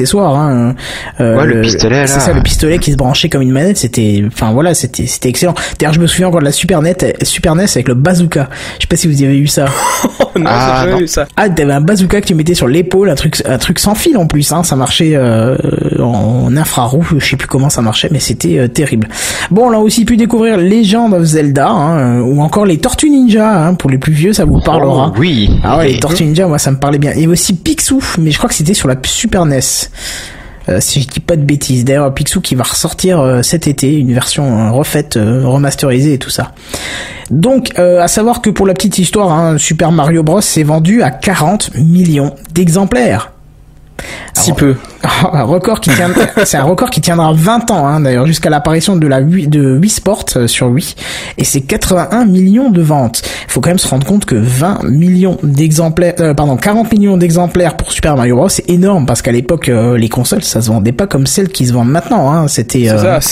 accessoire, hein. Le pistolet, là. C'est ça, le pistolet qui se branchait comme une manette, c'était excellent. D'ailleurs, je me souviens encore de la Super NES avec le bazooka. Je sais pas si vous y avez eu ça. Non, j'ai jamais vu ça. Ah, t'avais un bazooka que tu mettais sur l'épaule, un truc sans fil en plus, hein. Ça marchait, en infrarouge, je sais plus comment ça marchait, mais c'était terrible. Bon, on a aussi pu découvrir Legend of Zelda, hein, ou encore les Tortues Ninja, hein. Pour les plus vieux, ça vous parlera. Oh, oui. Ah ouais, les Tortues Ninja, moi, ça me parlait bien. Et aussi Picsou, mais je crois que c'était sur la Super NES. Si je dis pas de bêtises. D'ailleurs, Picsou qui va ressortir cet été, une version refaite, remasterisée et tout ça. Donc, à savoir que pour la petite histoire, hein, Super Mario Bros s'est vendu à 40 millions d'exemplaires. Si peu. Un record qui tient, c'est un record qui tiendra 20 ans, hein, d'ailleurs, jusqu'à l'apparition de Wii Sport sur Wii. Et c'est 81 millions de ventes. Il faut quand même se rendre compte que 20 millions d'exemplaires, 40 millions d'exemplaires pour Super Mario Bros, c'est énorme, parce qu'à l'époque, les consoles, ça se vendait pas comme celles qui se vendent maintenant, hein. C'était,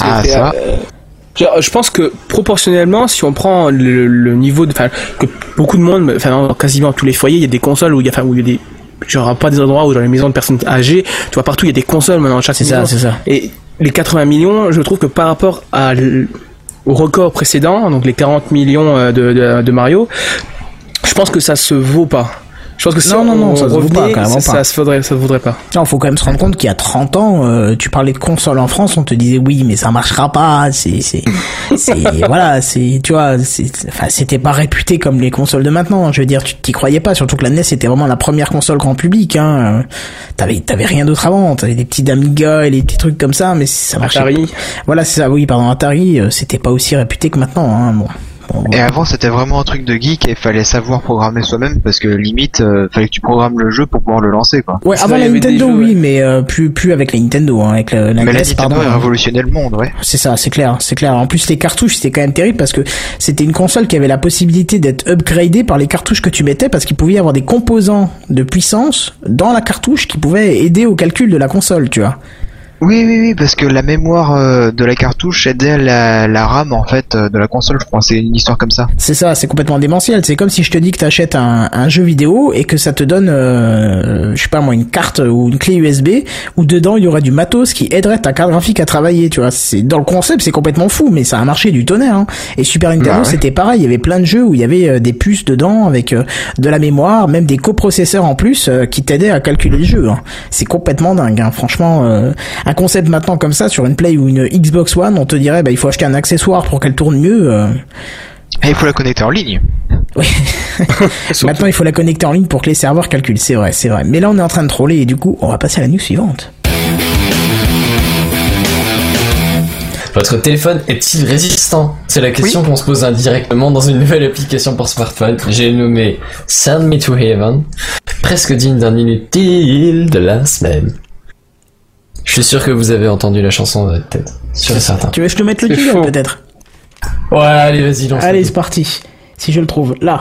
je pense que proportionnellement, si on prend le niveau que beaucoup de monde, quasiment tous les foyers, il y a des consoles où il y a des, genre pas des endroits où dans les maisons de personnes âgées, tu vois, partout il y a des consoles maintenant, chaque maison. C'est ça. Et les 80 millions, je trouve que par rapport au record précédent, donc les 40 millions de Mario, je pense que ça se vaut pas. Je pense que si non, ça se vaut pas, carrément pas. Ça se vaudrait pas. Non, faut quand même se rendre compte qu'il y a 30 ans, tu parlais de consoles en France, on te disait oui, mais ça marchera pas, voilà, tu vois, c'était pas réputé comme les consoles de maintenant, je veux dire, tu t'y croyais pas, surtout que la NES était vraiment la première console grand public, hein. T'avais rien d'autre avant, t'avais des petits Amiga et des petits trucs comme ça, mais ça marchait. Atari. Voilà, c'est ça, oui, pardon, Atari, c'était pas aussi réputé que maintenant, hein, bon. Et avant c'était vraiment un truc de geek et fallait savoir programmer soi-même parce que limite fallait que tu programmes le jeu pour pouvoir le lancer quoi. Ouais, avant la Nintendo oui, mais plus avec la Nintendo, hein, avec la mais NES, la Nintendo a révolutionné le monde, ouais. C'est ça, c'est clair. En plus les cartouches c'était quand même terrible parce que c'était une console qui avait la possibilité d'être upgradée par les cartouches que tu mettais parce qu'il pouvait y avoir des composants de puissance dans la cartouche qui pouvaient aider au calcul de la console, tu vois. Oui, parce que la mémoire de la cartouche aidait la RAM en fait de la console, je crois. C'est une histoire comme ça. C'est ça, c'est complètement démentiel. C'est comme si je te dis que t'achètes un jeu vidéo et que ça te donne, je sais pas moi, une carte ou une clé USB où dedans il y aurait du matos qui aiderait ta carte graphique à travailler. Tu vois, c'est dans le concept, c'est complètement fou, mais ça a marché du tonnerre. Hein. Et Super Nintendo, c'était pareil. Il y avait plein de jeux où il y avait des puces dedans avec de la mémoire, même des coprocesseurs en plus qui t'aidaient à calculer le jeu. Hein. C'est complètement dingue. Hein. Franchement. Un concept maintenant comme ça sur une Play ou une Xbox One, on te dirait il faut acheter un accessoire pour qu'elle tourne mieux. Et il faut la connecter en ligne. Oui. Maintenant il faut la connecter en ligne pour que les serveurs calculent, c'est vrai. Mais là on est en train de troller et du coup on va passer à la news suivante. Votre téléphone est-il résistant? C'est la question qu'on se pose indirectement dans une nouvelle application pour smartphone. J'ai nommé Send Me to Heaven, presque digne d'un inutile de la semaine. Je suis sûr que vous avez entendu la chanson dans votre tête. Sûr et certain. Tu veux que je te mette le jingle peut-être? Ouais, allez, vas-y, lance. Allez, c'est parti. Si je le trouve, là.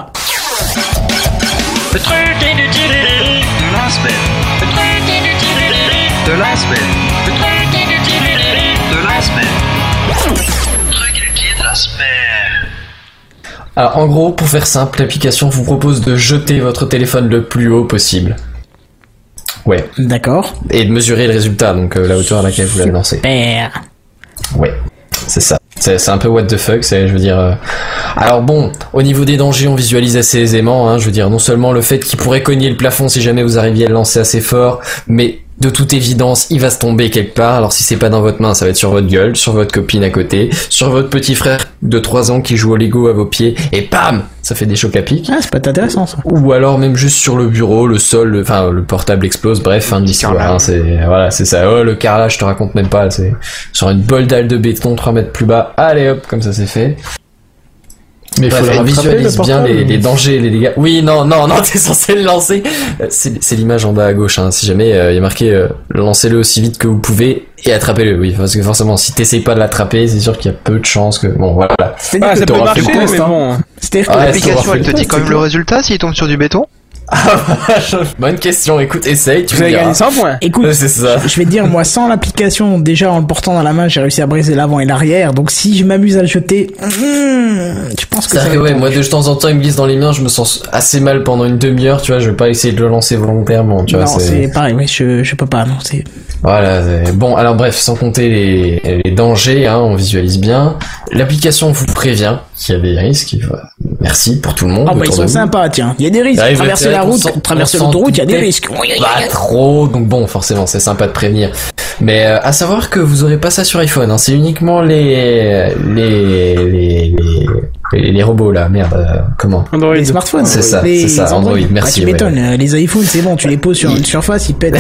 Le truc inutile de la semaine. Le truc inutile de la semaine. Le truc inutile de la semaine. Le truc inutile de la semaine. Alors, en gros, pour faire simple, l'application vous propose de jeter votre téléphone le plus haut possible. Ouais. D'accord. Et de mesurer le résultat, donc la hauteur à laquelle vous l'avez lancé. Ouais, c'est ça. C'est un peu what the fuck, je veux dire... Alors bon, au niveau des dangers, on visualise assez aisément, hein, je veux dire, non seulement le fait qu'il pourrait cogner le plafond si jamais vous arriviez à le lancer assez fort, mais de toute évidence, il va se tomber quelque part. Alors si c'est pas dans votre main, ça va être sur votre gueule, sur votre copine à côté, sur votre petit frère de 3 ans qui joue au Lego à vos pieds, et bam, ça fait des chocs à pic. Ah, c'est pas intéressant ça. Ou alors même juste sur le bureau, le sol, le portable explose, bref, fin de l'histoire. Hein, c'est ça. Oh, le carrelage, je te raconte même pas, c'est sur une bole dalle de béton 3 mètres plus bas. Allez hop, comme ça c'est fait. Mais bref, on visualise bien les dangers, les dégâts. Oui, non, t'es censé le lancer. C'est l'image en bas à gauche, hein. Si jamais il y a marqué lancez-le aussi vite que vous pouvez et attrapez-le. Oui, parce que forcément, si t'essayes pas de l'attraper, c'est sûr qu'il y a peu de chances que. Bon, voilà. Ça peut marcher, mais bon. C'est-à-dire que l'application, elle te dit quand même le résultat s'il tombe sur du béton. Bonne question, écoute, essaye, tu Vous avez me gagné diras. 100 points. Écoute, C'est ça. je vais te dire, moi, sans l'application, déjà en le portant dans la main, j'ai réussi à briser l'avant et l'arrière. Donc si je m'amuse à le jeter, je pense que C'est ça vrai que va ouais, être moi de temps en temps il me glisse dans les miens, je me sens assez mal pendant une demi-heure, tu vois, je vais pas essayer de le lancer volontairement, tu vois. Non, c'est pareil, oui, je peux pas, non, c'est... Voilà, bon, alors bref, sans compter les dangers, hein, on visualise bien. L'application vous prévient qu'il y a des risques, merci pour tout le monde. Ah bah ils autour sont de vous. sympas, tiens. Il y a des risques. Ah, Traverser la route, traverser l'autoroute, il y a des risques. Pas trop, donc bon, forcément, c'est sympa de prévenir. Mais à savoir que vous aurez pas ça sur iPhone, hein, c'est uniquement les robots là, merde, comment? Android. Les smartphones. C'est ça, Les c'est ça, Android, Bah, merci. tu ouais. m'étonnes, les iPhones, c'est bon, tu les poses sur une surface, ils pètent.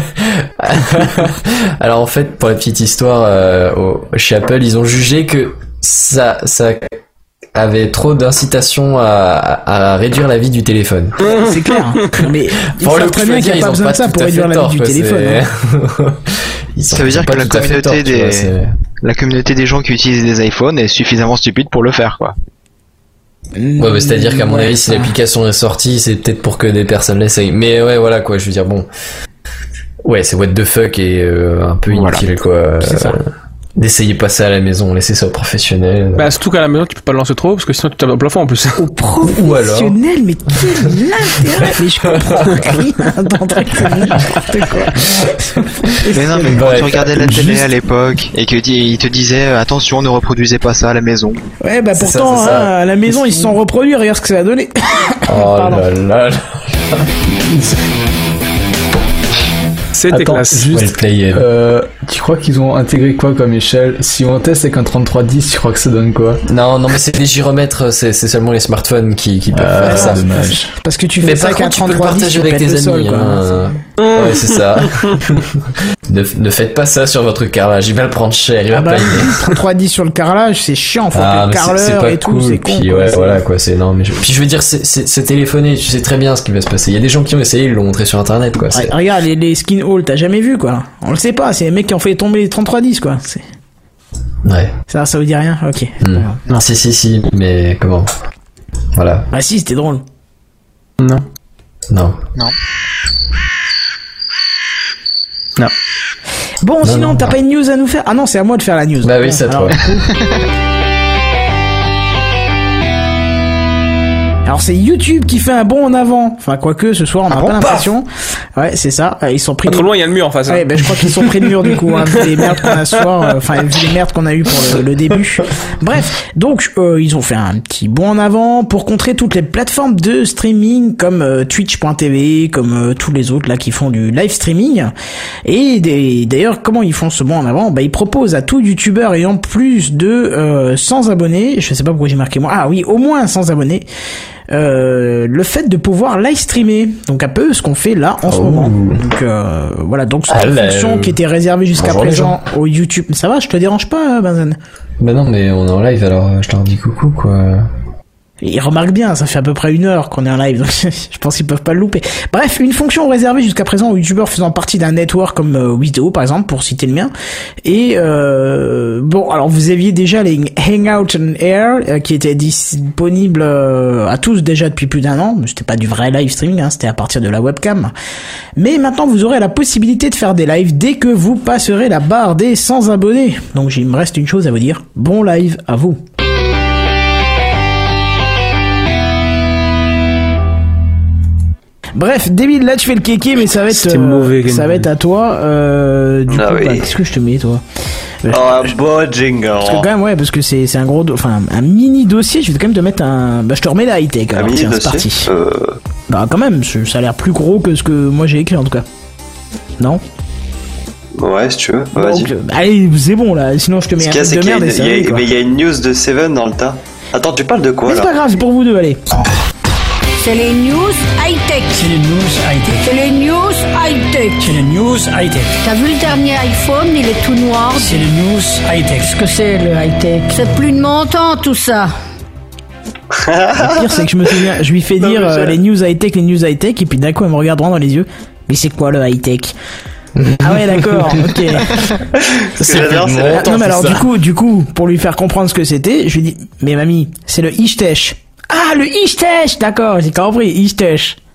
Alors en fait, pour la petite histoire, chez Apple, ils ont jugé que ça avait trop d'incitation à réduire la vie du téléphone. C'est clair. Mais ils Pour le savent coup, très je veux bien qu'il dire, n'y a ils pas ont besoin pas de ça tout pour à fait réduire la vie tort, du quoi, téléphone. Ils Ça veut ont dire pas que la tout à fait tort, communauté tu vois, des- c'est- La communauté des gens qui utilisent des iPhones est suffisamment stupide pour le faire, quoi. Ouais, mais c'est-à-dire qu'à mon avis, si l'application est sortie, c'est peut-être pour que des personnes l'essayent. Mais ouais, voilà, quoi, je veux dire, bon. Ouais, c'est what the fuck et un peu inutile, quoi. C'est ça. N'essayez pas ça à la maison, laissez ça aux professionnels. Bah, surtout qu'à la maison, tu peux pas le lancer trop, parce que sinon tu tapes au plafond en plus. Au professionnel, mais quel intérêt. Mais je comprends rien dans n'importe quoi. Mais non, mais quand Bref, tu regardais la télé juste- à l'époque et que il te disait attention, ne reproduisez pas ça à la maison. Ouais, bah C'est ça, pourtant, c'est ça. hein, à la maison, ils se sont reproduits, regarde ce que ça a donné. Oh Pardon. là là. C'était Attends, classe. juste, Well played. tu crois qu'ils ont intégré quoi comme échelle? Si on teste avec un 3310, tu crois que ça donne quoi? Non, mais c'est des gyromètres, c'est seulement les smartphones qui peuvent faire ça. dommage. Parce que tu Mais fais ça par avec un contre, tu peux le 3310, partager tu avec pètes tes le sol, amis. quoi. Hein. Ouais, c'est ça. ne faites pas ça sur votre carrelage, il va le prendre cher, il va Ah bah, pas aimer. 3310 sur le carrelage, c'est chiant, faut Ah, que le mais c'est carreleur pas et tout, cool, c'est con. puis quoi, ouais, c'est- voilà, quoi, c'est énorme. Puis je veux dire, c'est téléphoné, tu sais très bien ce qui va se passer. Il y a des gens qui ont essayé, ils l'ont montré sur internet, quoi. Ouais, regarde, les skin haul, t'as jamais vu, quoi. On le sait pas, c'est les mecs qui ont fait tomber les 3310, quoi. Ouais. Ça vous dit rien? Ok. Non, si, mais comment? Voilà. Ah si, c'était drôle. Non. Non. Bon, sinon, non. t'as pas une news à nous faire? Ah non, c'est à moi de faire la news. Bah oui, c'est à Alors, toi. Alors c'est YouTube qui fait un bond en avant. Enfin, quoique, ce soir, on n'a pas l'impression. Ouais, c'est ça. Ils sont pris... Pas trop loin, il y a le mur en face. hein. Ouais, ben je crois qu'ils sont près du mur du coup, hein, vu les merdes qu'on a ce soir, enfin vu les merdes qu'on a eu pour le début. Bref, donc ils ont fait un petit bond en avant pour contrer toutes les plateformes de streaming comme Twitch.tv, comme tous les autres là qui font du live streaming. Et d'ailleurs, comment ils font ce bond en avant? Bah ils proposent à tout youtubeur ayant plus de 100 abonnés, je sais pas pourquoi j'ai marqué moi. Ah oui, au moins 100 abonnés. Le fait de pouvoir live streamer, donc un peu ce qu'on fait là en ce moment. Donc voilà, donc c'est une fonction qui était réservée jusqu'à bonjour, les présent au YouTube. Ça va, je te dérange pas, Benzen? Bah non, mais on est en live, alors je leur dis coucou, quoi. Ils remarquent bien, ça fait à peu près 1 heure qu'on est en live, donc je pense qu'ils peuvent pas le louper. Bref, une fonction réservée jusqu'à présent aux youtubeurs faisant partie d'un network comme Wido par exemple, pour citer le mien. Et bon, alors vous aviez déjà les Hangout on Air qui étaient disponibles à tous déjà depuis plus d'1 an. C'était pas du vrai live streaming, hein, c'était à partir de la webcam. Mais maintenant vous aurez la possibilité de faire des lives dès que vous passerez la barre des 100 abonnés. Donc il me reste une chose à vous dire, bon live à vous. Bref, David, là tu fais le kéké, mais ça va être C'était mauvais, ça va être à toi. Du Ah coup, oui. bah, qu'est-ce que je te mets, toi? Oh, un beau jingle. Parce que quand même, ouais, parce que c'est un gros, enfin un mini dossier. Je vais quand même te mettre un. Bah, je te remets la high tech. Un Alors mini tiens, c'est dossier. parti. Bah quand même, ça a l'air plus gros que ce que moi j'ai écrit en tout cas. Non? Ouais, si tu veux. Vas-y. Donc, allez, c'est bon là. Sinon je te mets Ce un qu'il y a, truc c'est de qu'il y a merde et une- c'est il y a- réglé, quoi. mais il y a une news de Seven dans le tas. Attends, tu parles de quoi Mais c'est là pas grave, c'est pour vous deux, allez. C'est les news high-tech. C'est les news high-tech. C'est les news high-tech. C'est les news high-tech. T'as vu le dernier iPhone, il est tout noir. C'est les news high-tech. Qu'est-ce que c'est le high-tech? C'est plus de mon temps tout ça. Le pire, c'est que je me souviens, je lui fais dire les news high-tech, et puis d'un coup, elle me regarde droit dans les yeux. Mais c'est quoi le high-tech? Ah ouais, d'accord, ok. Ce que j'adore, c'est la- Non, mais alors, du coup, pour lui faire comprendre ce que c'était, je lui dis, mais mamie, c'est le ishtech. Ah, le ishtech! D'accord, j'ai compris, ishtech.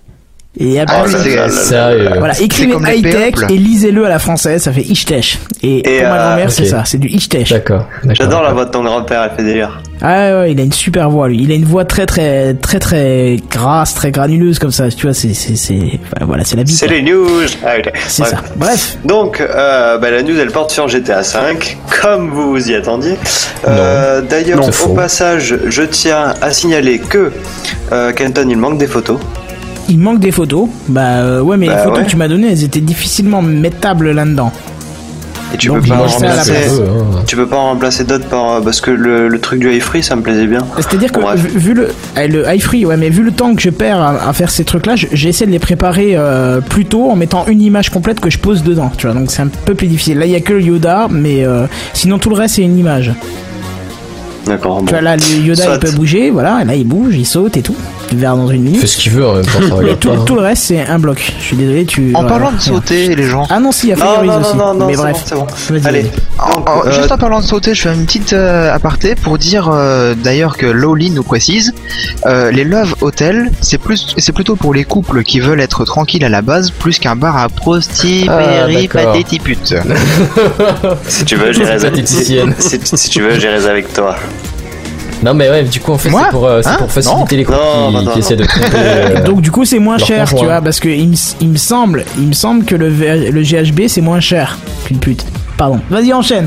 Et après, Ah, c'est Sérieux. voilà, écrivez comme les high-tech peuples. et lisez-le à la française, ça fait Ishtech. Et pour ma grand-mère, c'est ok. ça, c'est du Ishtech. D'accord. J'adore la voix de ton grand-père, elle fait délire. Ah ouais, il a une super voix lui. Il a une voix très grasse, très granuleuse comme ça. Tu vois, enfin, voilà, c'est la vie. C'est quoi. les news. Ah, ok. C'est ça. Bref. Donc, la news, elle porte sur GTA V, comme vous vous y attendiez. D'ailleurs, Non, c'est au faux. passage, je tiens à signaler que Kenton, il manque des photos. Il manque des photos. Ouais, mais Bah, les photos ouais. que tu m'as données, elles étaient difficilement mettables là-dedans. Et tu Donc, peux pas il en reste à la remplacer. place. Tu peux pas en remplacer d'autres parce que le truc du iFree, ça me plaisait bien. C'est-à-dire que Bon, bref. vu le iFree, ouais, mais vu le temps que je perds à faire ces trucs-là, j'ai essayé de les préparer plus tôt en mettant une image complète que je pose dedans. Tu vois, donc c'est un peu plus difficile. Là, il y a que le Yoda, mais sinon tout le reste c'est une image. D'accord. Tu Bon. vois là, le Yoda Soit. il peut bouger, voilà, là il bouge, il saute et tout. Tu le verras dans une Il minute. fait ce qu'il veut en même temps, ça Mais regarde pas. tout le reste c'est un bloc. Je suis désolé, En parlant de sauter, les gens. Ah non, si, il y a Non, Fairy non, aussi. non, non, mais c'est bref. bon, c'est bon. Vas-y, Allez. vas-y. Donc, Juste en parlant de sauter, je fais une petite aparté pour dire d'ailleurs que Lowly nous précise les Love Hotels, c'est plutôt pour les couples qui veulent être tranquilles à la base, plus qu'un bar à prostituées d'accord. patétiputes. si tu veux, j'irai Patéticienne. si tu veux, j'irai avec toi. Non mais ouais, du coup en fait Moi c'est pour faciliter les couples Non, qui essaient de tromper. Donc du coup c'est moins leur cher, tu conjoint. vois, parce que il me semble que le GHB c'est moins cher qu'une pute. Pardon. Vas-y, enchaîne.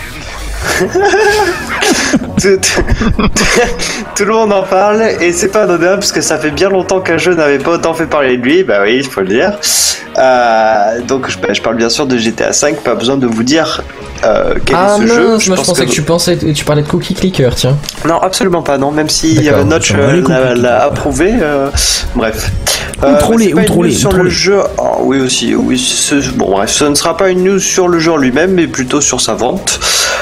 Tout le monde en parle et c'est pas anodin parce que ça fait bien longtemps qu'un jeu n'avait pas autant fait parler de lui, bah oui, il faut le dire. Donc je parle bien sûr de GTA V, pas besoin de vous dire quel est ce jeu. Moi je pensais que tu parlais de Cookie Clicker, tiens. Non, absolument pas, non, même si D'accord, Notch ça va aller, l'a approuvé, bref. troller, c'est pas ou une troller, news ou sur troller. le jeu. Oh, oui aussi, oui. Bon bref, ce ne sera pas une news sur le jeu en lui-même, mais plutôt sur sa vente.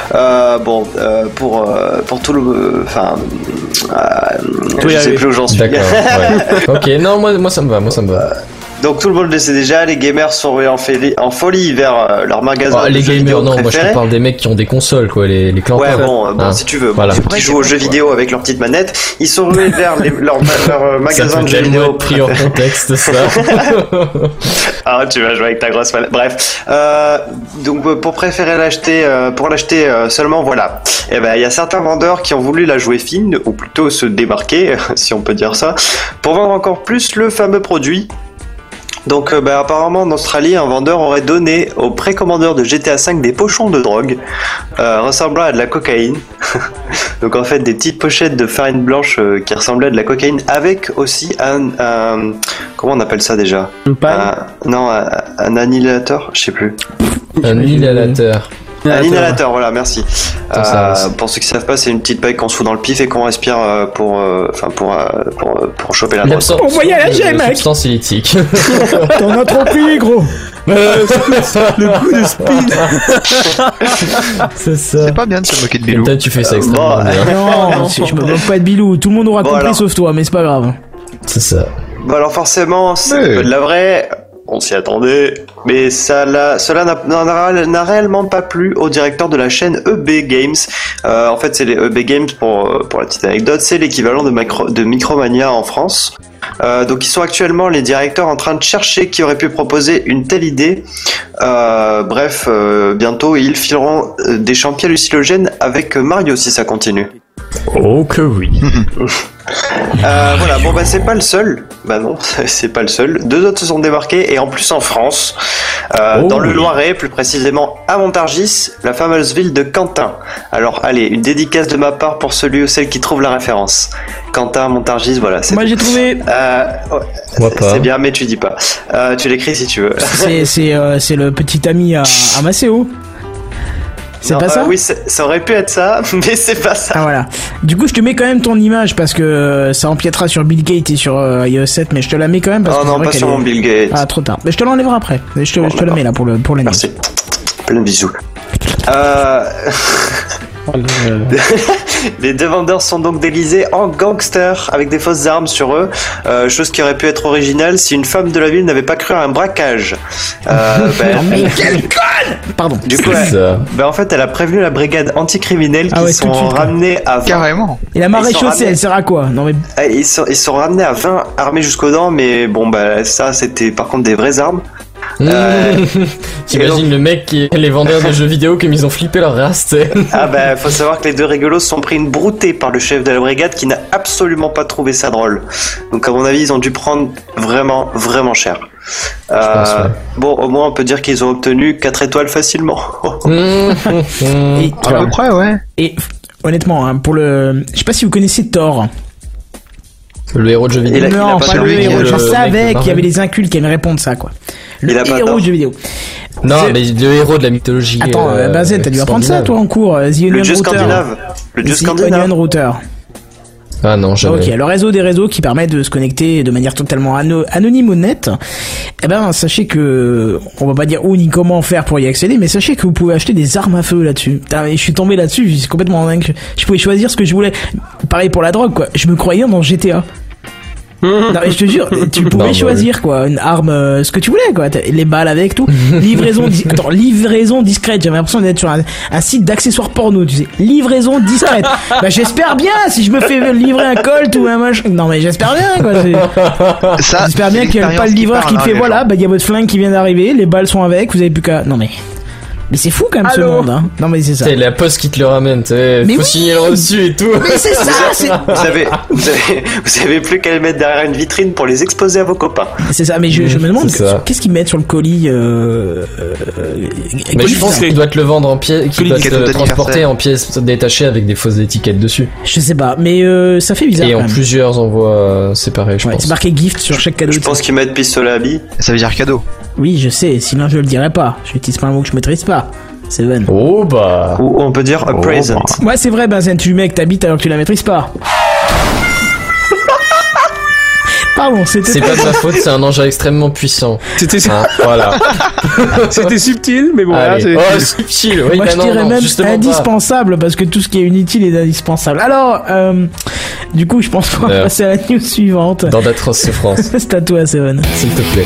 Pour tout le, enfin, je sais plus où j'en suis. D'accord. Ouais. Ok, non moi ça me va, Donc tout le monde le sait déjà, les gamers sont rués en folie vers leur magasin de les jeux gamers, vidéo non, moi je préférés. te parle des mecs qui ont des consoles, quoi, les clampins. Ouais, bon, Hein. si tu veux, Voilà. qui jouent aux jeux vidéo avec leur petite manette, ils sont rués vers leur magasin de jeux vidéo pris en contexte, ça. Ah, tu vas jouer avec ta grosse manette. Bref, donc pour préférer l'acheter, pour l'acheter seulement, voilà. Et ben, il y a certains vendeurs qui ont voulu la jouer fine, ou plutôt se démarquer, si on peut dire ça, pour vendre encore plus le fameux produit. Donc apparemment en Australie, un vendeur aurait donné aux précommandeurs de GTA V des pochons de drogue ressemblant à de la cocaïne. Donc en fait des petites pochettes de farine blanche qui ressemblaient à de la cocaïne avec aussi un comment on appelle ça déjà? Un annihilateur, je sais plus. Un inhalateur. Un inhalateur, voilà, merci. Pour ceux qui savent pas, c'est une petite paille qu'on se fout dans le pif et qu'on respire pour choper la drogue. On voyait la gemme, mec. Substance illicite. T'en as trop pris, gros. Le coup de speed. C'est ça. C'est pas bien de se moquer de Bilou. Peut-être tu fais ça extrêmement bien. Non, je me moque pas de Bilou. Tout le monde aura Bon, compris alors. sauf toi, mais c'est pas grave. C'est ça. Bon alors forcément, c'est Ouais. pas de la vraie, on s'y attendait, mais cela n'a réellement pas plu au directeur de la chaîne EB Games. En fait, c'est les EB Games, pour la petite anecdote, c'est l'équivalent de Micromania en France. Donc ils sont actuellement les directeurs en train de chercher qui aurait pu proposer une telle idée. Bientôt ils fileront des champions hallucinogènes avec Mario si ça continue. Oh que oui. Voilà, bon c'est pas le seul. Bah non, c'est pas le seul. Deux autres se sont démarqués et en plus en France, dans le Loiret, plus précisément à Montargis, la fameuse ville de Quentin. Alors allez, une dédicace de ma part pour celui ou celle qui trouve la référence. Quentin, Montargis, voilà. Moi j'ai trouvé. C'est bien, mais tu dis pas. Tu l'écris si tu veux. C'est le petit ami à Maceo. C'est Non, pas ça? Oui, ça aurait pu être ça, mais c'est pas ça. Ah voilà. Du coup, je te mets quand même ton image parce que ça empiétera sur Bill Gates et sur iOS 7, mais je te la mets quand même parce que Oh non, pas sur mon Bill Gates. Ah, trop tard. Mais je te l'enlèverai après. Je te la mets là pour la news. Merci. Plein de bisous. Les deux vendeurs sont donc déguisés en gangsters avec des fausses armes sur eux, chose qui aurait pu être originale si une femme de la ville n'avait pas cru à un braquage. Mais quel con! Pardon. Du coup, en fait, elle a prévenu la brigade anticriminelle qui ouais, sont tout de suite, ramenés à 20... Carrément. Et la maréchaussée, elle sert à quoi? Non mais. Ils sont ramenés à 20 armés jusqu'aux dents, mais bon, bah, ça, c'était par contre des vraies armes. T'imagines le mec qui est les vendeurs de jeux vidéo comme ils ont flippé leur race, t'sais. Ah bah faut savoir que les deux rigolos se sont pris une broutée par le chef de la brigade qui n'a absolument pas trouvé ça drôle. Donc à mon avis ils ont dû prendre vraiment cher. Pense, ouais. Bon au moins on peut dire qu'ils ont obtenu 4 étoiles facilement. Et, À peu près, ouais. et honnêtement, hein, pour le, je sais pas si vous connaissez Thor. Le héros de jeux vidéo. Non, pas le celui héros. qui est Je le savais mec de qu'il y avait des incultes qui aimaient répondre ça, quoi. Le Il a pas héros tort. de jeux vidéo. Non, mais le héros de la mythologie. Attends, Benzen, t'as dû apprendre ça, toi, en cours. The Le Onion dieu Router. scandinave. Le dieu The scandinave. Onion Router. Ah non, jamais. Ok, le réseau des réseaux qui permet de se connecter de manière totalement anonyme au net. Eh ben, sachez que, on va pas dire où ni comment faire pour y accéder, mais sachez que vous pouvez acheter des armes à feu là-dessus. Putain, je suis tombé là-dessus, je suis complètement dingue. Je pouvais choisir ce que je voulais. Pareil pour la drogue, quoi. Je me croyais dans GTA. Non mais je te jure, tu pouvais Non, choisir quoi, une arme, ce que tu voulais quoi, les balles avec tout. Livraison discrète. J'avais l'impression d'être sur un site d'accessoires porno, tu sais. Livraison discrète. Bah j'espère bien si je me fais livrer un Colt ou un machin. Non mais j'espère bien quoi. Ça, J'espère bien qu'il n'y a pas le livreur qui te fait voilà, bah il y a votre flingue qui vient d'arriver, les balles sont avec, vous avez plus qu'à. Non mais c'est fou quand même ce monde, hein. Non mais c'est ça. C'est la poste qui te le ramène, t'sais. Mais Faut oui. signer le reçu et tout. Mais c'est ça, c'est. Vous avez plus qu'à les mettre derrière une vitrine pour les exposer à vos copains. C'est ça, mais je me demande C'est ça. qu'est-ce qu'ils mettent sur le colis. Mais je pense qu'il doit te le vendre en pièces, qu'il doit cadeau te d'anniversaire. transporter en pièces détachées avec des fausses étiquettes dessus. Je sais pas, mais ça fait bizarre. Et quand en même. plusieurs envois séparés, je Ouais, pense. c'est marqué gift sur chaque cadeau. Je pense qu'ils mettent pistolet à billes. Ça veut dire cadeau. Oui, je sais, sinon je le dirais pas. J'utilise pas un mot que je maîtrise pas. C'est Seven. Oh bah. Ou on peut dire a present. Ouais, c'est vrai, Benzen, tu mets que ta bite alors que tu la maîtrises pas. Pardon, c'était. C'est pas de ma faute, c'est un engin extrêmement puissant. C'était Hein, voilà. c'était subtil, mais bon, là, Allez. c'est. Oh, subtil. Oui, Moi, bah je non, dirais non, même justement pas. indispensable parce que tout ce qui est inutile est indispensable. Alors, du coup, je pense qu'on va Ouais. passer à la news suivante. Dans d'atroces souffrances, C'est à toi, Seven. s'il te plaît.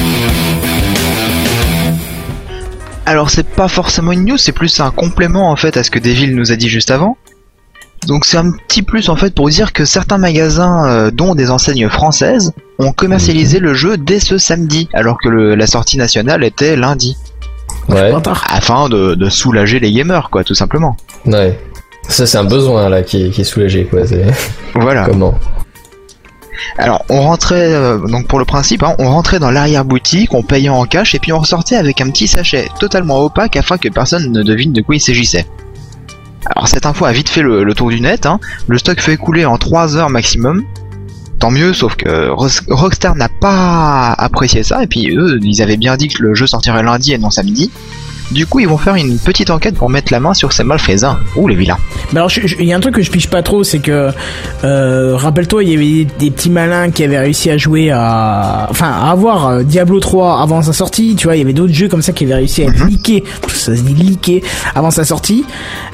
Alors c'est pas forcément une news, c'est plus un complément en fait à ce que Devil nous a dit juste avant. Donc c'est un petit plus en fait pour dire que certains magasins, dont des enseignes françaises, ont commercialisé le jeu dès ce samedi, alors que la sortie nationale était lundi. Ouais. Afin de soulager les gamers quoi, tout simplement. Ouais. Ça, c'est un besoin là qui est soulagé, quoi. C'est... Voilà. Comment? Alors on rentrait, donc pour le principe, hein, on rentrait dans l'arrière-boutique, on payait en cash et puis on ressortait avec un petit sachet totalement opaque afin que personne ne devine de quoi il s'agissait. Alors cette info a vite fait le tour du net, hein. Le stock fait écouler en 3 heures maximum. Tant mieux, sauf que Rockstar n'a pas apprécié ça, et puis eux, ils avaient bien dit que le jeu sortirait lundi et non samedi. Du coup, ils vont faire une petite enquête pour mettre la main sur ces malfaisants. Ouh, les vilains. Mais alors, il y a un truc que je piche pas trop, c'est que, rappelle-toi, il y avait des petits malins qui avaient réussi à jouer à avoir Diablo 3 avant sa sortie, tu vois, il y avait d'autres jeux comme ça qui avaient réussi à être leakés, ça se dit leaké, avant sa sortie,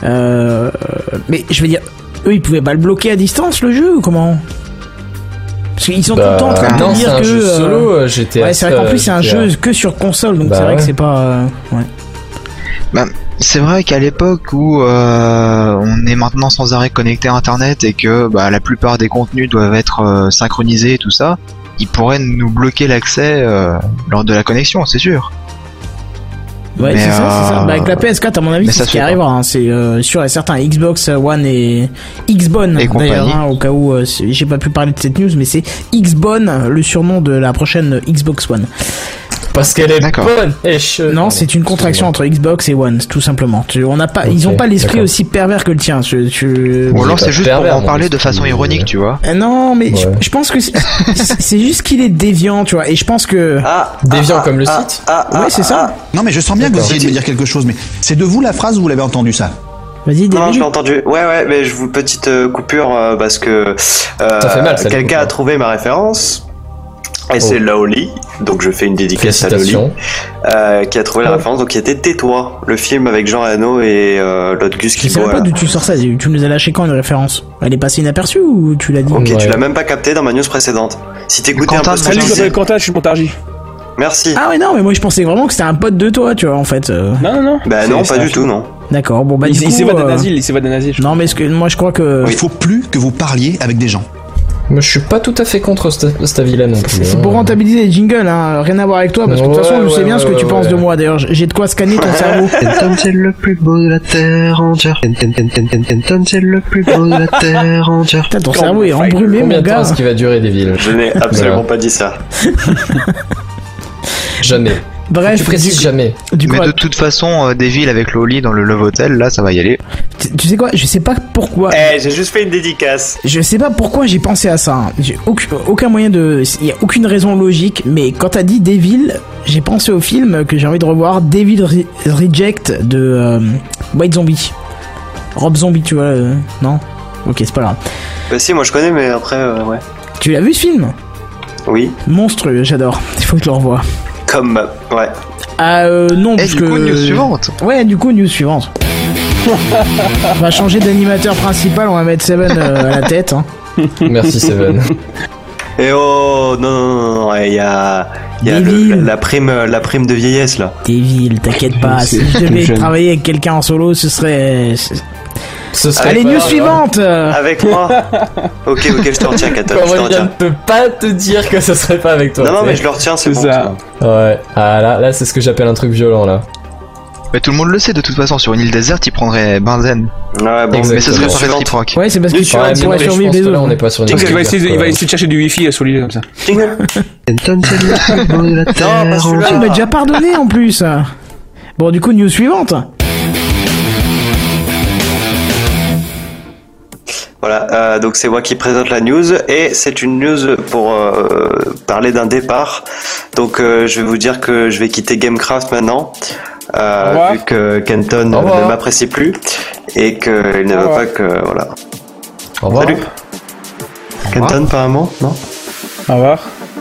mais je veux dire, eux, ils pouvaient pas le bloquer à distance, le jeu, ou comment? Parce qu'ils sont tout le temps en train non, de dire c'est un que jeu solo, GTA. ouais, c'est vrai qu'en plus c'est un jeu que sur console, donc c'est vrai que c'est pas ouais. Bah, c'est vrai qu'à l'époque où on est maintenant sans arrêt connecté à internet et que la plupart des contenus doivent être synchronisés et tout ça, ils pourraient nous bloquer l'accès lors de la connexion, c'est sûr. Ouais, c'est ça. Bah, avec la PS4, à mon avis, c'est ce qui arrivera. Hein. C'est sûr et certain. Xbox One et Xbone, d'ailleurs, hein, au cas où j'ai pas pu parler de cette news, mais c'est Xbone, le surnom de la prochaine Xbox One. Parce qu'elle est bonne. Non, c'est une contraction entre Xbox et One, tout simplement. On n'a pas, ils ont pas l'esprit aussi pervers que le tien. Ou alors c'est juste pour en parler de façon ironique, tu vois. Non, mais je pense que c'est juste qu'il est déviant, tu vois. Et je pense que déviant comme le site. Ouais, c'est ça. Non, mais je sens bien que vous essayez de me dire quelque chose, mais c'est de vous la phrase ou vous l'avez entendu ça? Vas-y, non, je l'ai entendu. Ouais, mais je vous petite coupure parce que ça fait mal, quelqu'un a trouvé ma référence. Et c'est Laoli, donc je fais une dédicace à Laoli, qui a trouvé la référence, donc qui était Tais-toi, le film avec Jean Reno et l'autre Gus qui boit. Je sais pas d'où tu sors ça, tu nous as lâché quand une référence? Elle est passée inaperçue ou tu l'as dit? Ok, tu l'as même pas capté dans ma news précédente. Si t'écoutais un peu Salut, je m'appelle Quentin, je suis Montargis. Merci. Ah ouais, non, mais moi je pensais vraiment que c'était un pote de toi, tu vois, en fait. Non. Bah non, pas du tout, non. D'accord, bon bah du coup... Il s'évade d'un asile, Non, mais moi je crois que... Il faut plus que vous parliez avec des gens. Moi, je suis pas tout à fait contre cet avis-là non plus. C'est pour rentabiliser les jingles, hein. Rien à voir avec toi, parce que de toute façon, je sais bien ce que tu penses de moi. D'ailleurs, j'ai de quoi scanner ton cerveau. Kenton, c'est le plus beau de la terre entière. Kenton, c'est le plus beau de la terre entière. Putain, ton cerveau est embrumé, mon gars. Est-ce qu'il va durer des villes? Je n'ai absolument pas dit ça. Jamais. Bref, tu précises jamais. Mais de toute façon, des villes avec Loli dans le Love Hotel, là, ça va y aller. Tu sais quoi? Je sais pas pourquoi. J'ai juste fait une dédicace. Je sais pas pourquoi j'ai pensé à ça. Hein. J'ai aucun moyen de. Il y a aucune raison logique, mais quand t'as dit Devil, j'ai pensé au film que j'ai envie de revoir, Devil Reject de White Zombie. Rob Zombie, tu vois. Non? Ok, c'est pas grave. Bah si, moi je connais, mais après, ouais. Tu l'as vu ce film? Oui. Monstrueux, j'adore. Il faut que je le revoie. Comme, ouais. Non, parce du coup, news suivante. Ouais, du coup, news suivante. On va changer d'animateur principal, on va mettre Seven à la tête. Hein. Merci Seven. Et oh, non, il y a la prime de vieillesse là. Devil, t'inquiète pas, si je devais travailler avec quelqu'un en solo, ce serait Allez, news suivante. Avec moi. Ok, je te retiens, Katon. Je ne peux pas te dire que ce serait pas avec toi. Non, mais je le retiens, c'est bon. Ça. Ouais. Ah là, c'est ce que j'appelle un truc violent là. Mais tout le monde le sait de toute façon, sur une île déserte, il prendrait Benzen. Ouais, bon, mais ce serait pas réciproque. Ouais, c'est parce que tu pourrais survivre les autres. On n'est pas sur une île. Parce qu'il va essayer de chercher du wifi sur l'île comme ça. Kenton, c'est le plus beau de la terre entière. Il m'a déjà pardonné en plus. Bon, du coup, news suivante. Voilà, donc c'est moi qui présente la news et c'est une news pour parler d'un départ. Donc je vais vous dire que je vais quitter Gamecraft maintenant, vu que Kenton ne m'apprécie plus et qu'il ne veut pas que voilà. Au revoir. Salut. Kenton, pas un mot, non? Au revoir.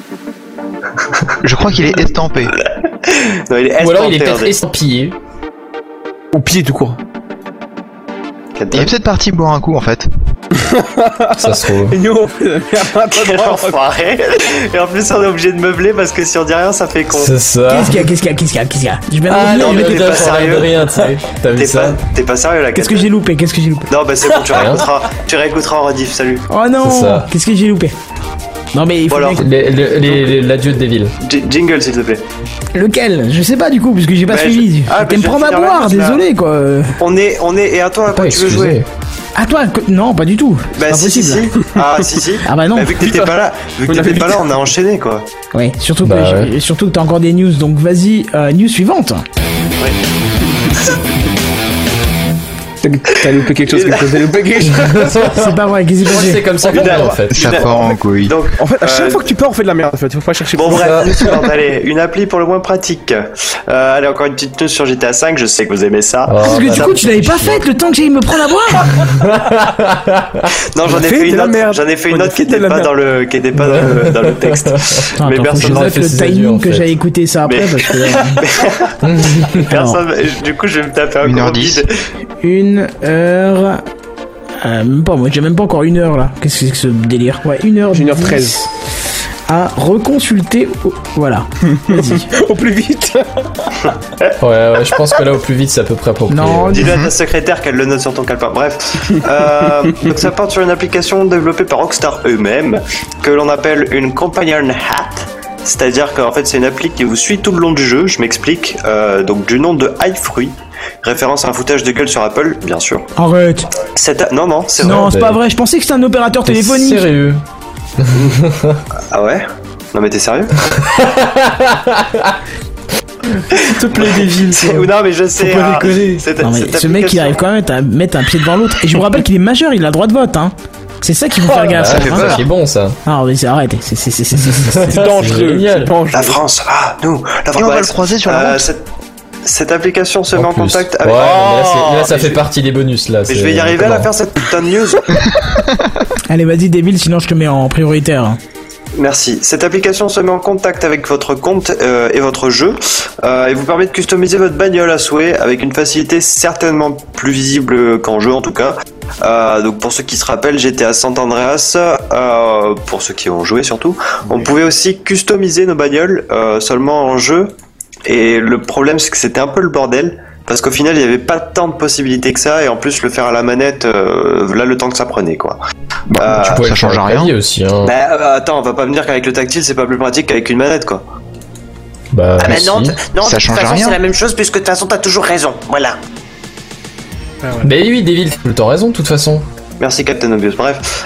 Je crois qu'il est estampé. Non, il est estampé. Ou alors il est peut-être estampillé. Ou pied tout court. Il est peut-être parti boire un coup en fait. Ça se trouve. Et nous on fait la merde. Quel enfoiré. Et en plus on est obligé de meubler parce que si on dit rien ça fait con. C'est ça. Qu'est-ce qu'il y a Je vais non mais t'es pas sérieux. Rien, tu sais. T'as vu ça? T'es pas sérieux là. Qu'est-ce que j'ai loupé Non bah c'est bon, tu réécouteras en rediff, salut. Oh non. Qu'est-ce que j'ai loupé? Non mais il faut l'adieu de Devil. Jingle s'il te plaît. Lequel? Je sais pas du coup puisque j'ai pas suivi. Tu me prendre à boire, désolé quoi. On est et à toi à quoi tu veux jouer? À toi? Non, pas du tout. Bah pas possible. Si. Ah si. Ah bah non. Vu que t'étais pas là, on a enchaîné quoi. Ouais, surtout que t'as encore des news, donc vas-y, news suivante. Ouais. T'as loupé quelque chose, C'est pas vrai, qu'est-ce qui s'est passé? C'est comme ça en fait. Ça part en couille. Donc, en fait, à chaque fois que tu pars, on fait de la merde en fait. Faut pas chercher. Bon bref, allez, une appli pour le moins pratique. Allez, encore une petite news sur GTA 5, je sais que vous aimez ça. Parce que du coup, tu l'avais pas faite le temps que j'aille me prendre à boire. Non, j'en ai fait une note qui était pas dans le texte. Mais personne n'a fait le timing que j'allais écouter ça après parce que personne. Du coup, je vais me taper un gros vide. 1h. Même pas, moi j'ai même pas encore 1 heure là. Qu'est-ce que c'est que ce délire? Ouais, 1h13. À reconsulter. Voilà. Vas-y. Au plus vite. Ouais, je pense que là au plus vite c'est à peu près approprié. Non, dis-le à ta secrétaire qu'elle le note sur ton calepin. Bref. Donc ça porte sur une application développée par Rockstar eux-mêmes que l'on appelle une Companion Hat. C'est-à-dire qu'en fait c'est une appli qui vous suit tout le long du jeu. Je m'explique. Donc du nom de iFruit. Référence à un foutage de gueule sur Apple, bien sûr. Arrête. Non, c'est vrai. Non, c'est pas vrai. Je pensais que c'était un opérateur téléphonique. Sérieux? Ah ouais? Non mais t'es sérieux? S'il te plaît, Devil. Non mais je sais. Non, mais ce mec il arrive quand même à mettre un pied devant l'autre. Et je vous rappelle qu'il est majeur, il a le droit de vote, hein. C'est ça qu'il faut faire gaffe. C'est ça qui est bon ça. Ah mais arrête, c'est dangereux. La France, nous, la France. On va le croiser sur la route. Cette application se met en contact avec... Ouais, mais là ça fait partie des bonus là. Mais je vais y arriver à la faire cette putain de news. Allez vas-y Devil, sinon je te mets en prioritaire. Merci. Cette application se met en contact avec votre compte et votre jeu et vous permet de customiser votre bagnole à souhait avec une facilité certainement plus visible qu'en jeu en tout cas. Donc pour ceux qui se rappellent, GTA San Andreas, pour ceux qui ont joué surtout, on pouvait aussi customiser nos bagnoles seulement en jeu. Et le problème, c'est que c'était un peu le bordel. Parce qu'au final, il n'y avait pas tant de possibilités que ça, et en plus, le faire à la manette, là, le temps que ça prenait, quoi. Tu pouvais ça change rien aussi, hein. Attends, on va pas me dire qu'avec le tactile, c'est pas plus pratique qu'avec une manette, quoi. Bah, Ah bah si. non, Ça de change toute façon, rien. c'est la même chose, puisque de toute façon, t'as toujours raison. Voilà. Bah oui, Devil, t'as raison, de toute façon. Merci, Captain Obvious. Bref.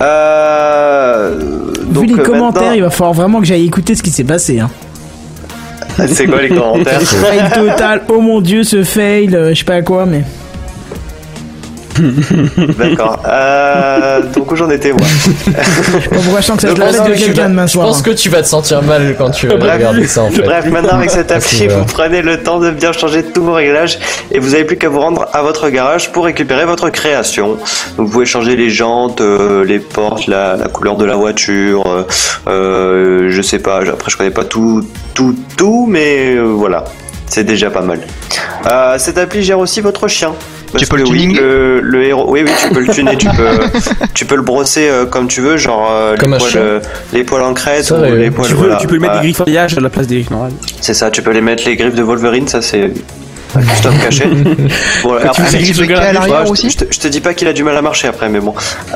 Vu les commentaires, maintenant- il va falloir vraiment que j'aille écouter ce qui s'est passé. Hein. C'est quoi les commentaires? Fail total, oh mon dieu, ce fail, je sais pas quoi, mais. D'accord. Donc où j'en étais, moi? Pourquoi je sens que ça Je se la pense tête de que tu quelqu'un vas- demain je soir. pense que tu vas te sentir mal quand tu vas regarder ça, en fait. Bref, maintenant avec cette À ce appli, niveau-là. vous prenez le temps de bien changer tous vos réglages et vous n'avez plus qu'à vous rendre à votre garage pour récupérer votre création. Donc vous pouvez changer les jantes, les portes, la couleur de la voiture, je sais pas, après je connais pas tout, mais voilà, c'est déjà pas mal. Cette appli gère aussi votre chien. Parce peux le que oui, tuning le héros, oui, tu peux le tuner, tu peux le brosser comme tu veux, genre Comme un chien. les poils en crête C'est ou vrai, les oui. poils. Tu peux, voilà. tu peux le mettre Ouais. des griffages à la place des griffes normales. C'est ça, tu peux les mettre les griffes de Wolverine, ça c'est un custom caché. Bon, après, tu veux expliquer à l'arrière ouais, aussi je te dis pas qu'il a du mal à marcher après, mais bon.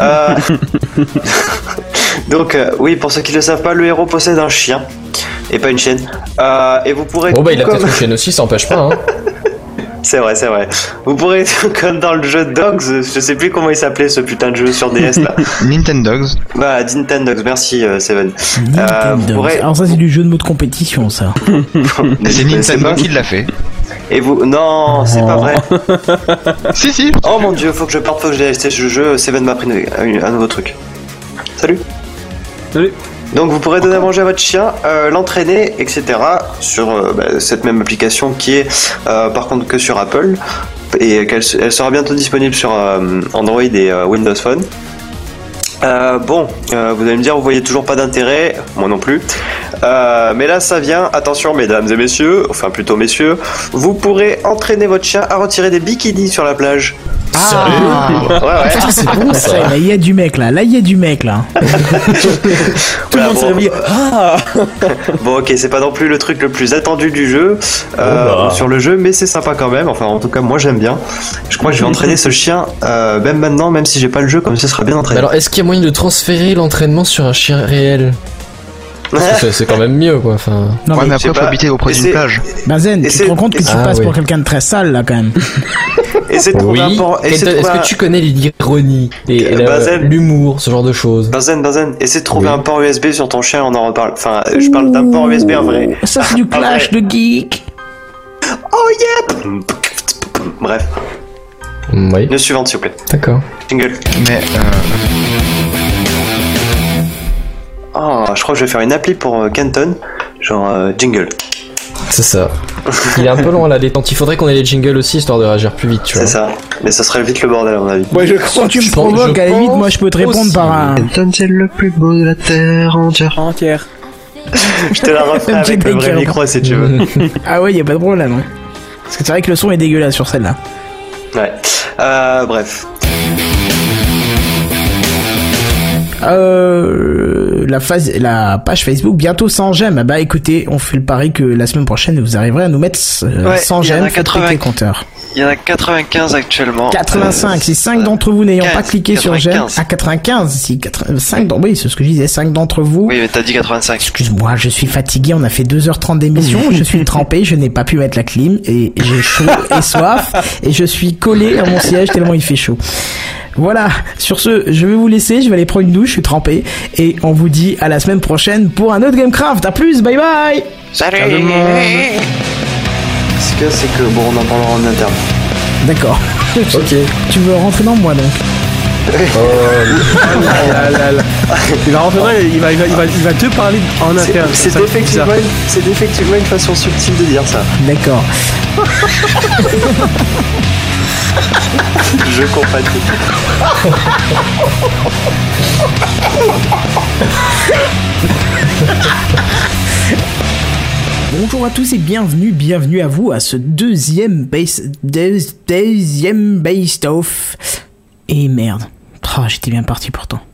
Donc oui, pour ceux qui le savent pas, le héros possède un chien et pas une chienne. Et vous pourrez. Oh bah il a comme- peut-être une chaîne aussi, ça empêche pas, hein. C'est vrai, c'est vrai. Vous pourrez, comme dans le jeu Dogs, je sais plus comment il s'appelait ce putain de jeu sur DS là. Nintendogs. Bah, Nintendogs, merci Seven. Nintendo. pourrez- Alors ça c'est du jeu de mots de compétition ça. C'est Nintendo qui l'a fait. Et vous. Non, c'est pas vrai. Si, si. Oh mon dieu, faut que je parte, faut que je acheté ce jeu. Seven m'a pris un nouveau truc. Salut. Salut. Donc vous pourrez donner à manger à votre chien, l'entraîner, etc. sur cette même application qui est par contre que sur Apple et elle sera bientôt disponible sur Android et Windows Phone. Vous allez me dire, vous voyez toujours pas d'intérêt, moi non plus. Mais là, ça vient. Attention, mesdames et messieurs, enfin plutôt messieurs, vous pourrez entraîner votre chien à retirer des bikinis sur la plage. Ouais, ouais. Putain, c'est bon ça. Là, il y a du mec là. Là, il y a du mec là. Tout le monde s'est réveillé. Ah Bon, ok, c'est pas non plus le truc le plus attendu du jeu sur le jeu, mais c'est sympa quand même. Enfin, en tout cas, moi j'aime bien. Je crois que je vais entraîner ce chien même maintenant, même si j'ai pas le jeu, comme ça sera bien Mais entraîné. alors, est-ce qu'il y a moyen de transférer l'entraînement sur un chien réel? Parce que c'est quand même mieux, quoi. Enfin. Non, Ouais, mais mais après, faut habiter auprès d'une plage. Benzen, tu te rends compte que tu Ah, passes oui. pour quelqu'un de très sale là quand même. Essaie de trouver Oui. un port. Est-ce que tu connais l'ironie et Bazen. l'humour, ce genre de choses? Benzen, essaie de trouver Oui. un port USB sur ton chien, on en reparle. Enfin, je parle d'un port USB en vrai. Ça c'est du clash de geek. Oh yeah. Bref, Oui. le suivant s'il vous plaît. D'accord. Jingle. Mais Oh, je crois que je vais faire une appli pour Kenton. Genre jingle. C'est ça. Il est un peu long à la détente. Il faudrait qu'on ait les jingles aussi, histoire de réagir plus vite, tu vois. C'est ça. Mais ça serait vite le bordel à mon avis. Ouais, je Si tu me Je pense- provoques, je à la limite, pense moi je peux te répondre aussi. par un. Kenton, c'est le plus beau de la terre entière. entière. Je te la referai Un petit avec le vrai baker. micro si tu veux. Ah ouais, y a pas de problème. Hein. Parce que c'est vrai que le son est dégueulasse sur celle-là. Ouais. Bref. La page Facebook bientôt 100 j'aime. Ah bah écoutez, on fait le pari que la semaine prochaine vous arriverez à nous mettre 100 Ouais, il y en j'aime. a Faites péter le compteur. Il y en a 95 actuellement. 85, si 5 d'entre vous n'ayant pas 15, cliqué sur j'aime. 95. À 95, si 5 oui, c'est ce que je disais, 5 d'entre vous. Oui, mais t'as dit 85. Excuse-moi, je suis fatigué, on a fait 2h30 d'émission, je suis trempé, je n'ai pas pu mettre la clim, et j'ai chaud et soif, et je suis collé à mon siège tellement il fait chaud. Voilà, sur ce, je vais vous laisser, je vais aller prendre une douche, je suis trempé, et on vous dit à la semaine prochaine pour un autre Gamecraft. À plus, bye bye. Salut. Ce que c'est que bon, on en parlera en interne. D'accord. Ok. Tu veux rentrer dans moi donc? Il va rentrer, il va te parler en interne. C'est Ça, effectivement une façon subtile de dire ça. D'accord. Je compatis. Bonjour à tous et bienvenue à vous à ce deuxième best-of Et merde. Oh, j'étais bien parti pourtant.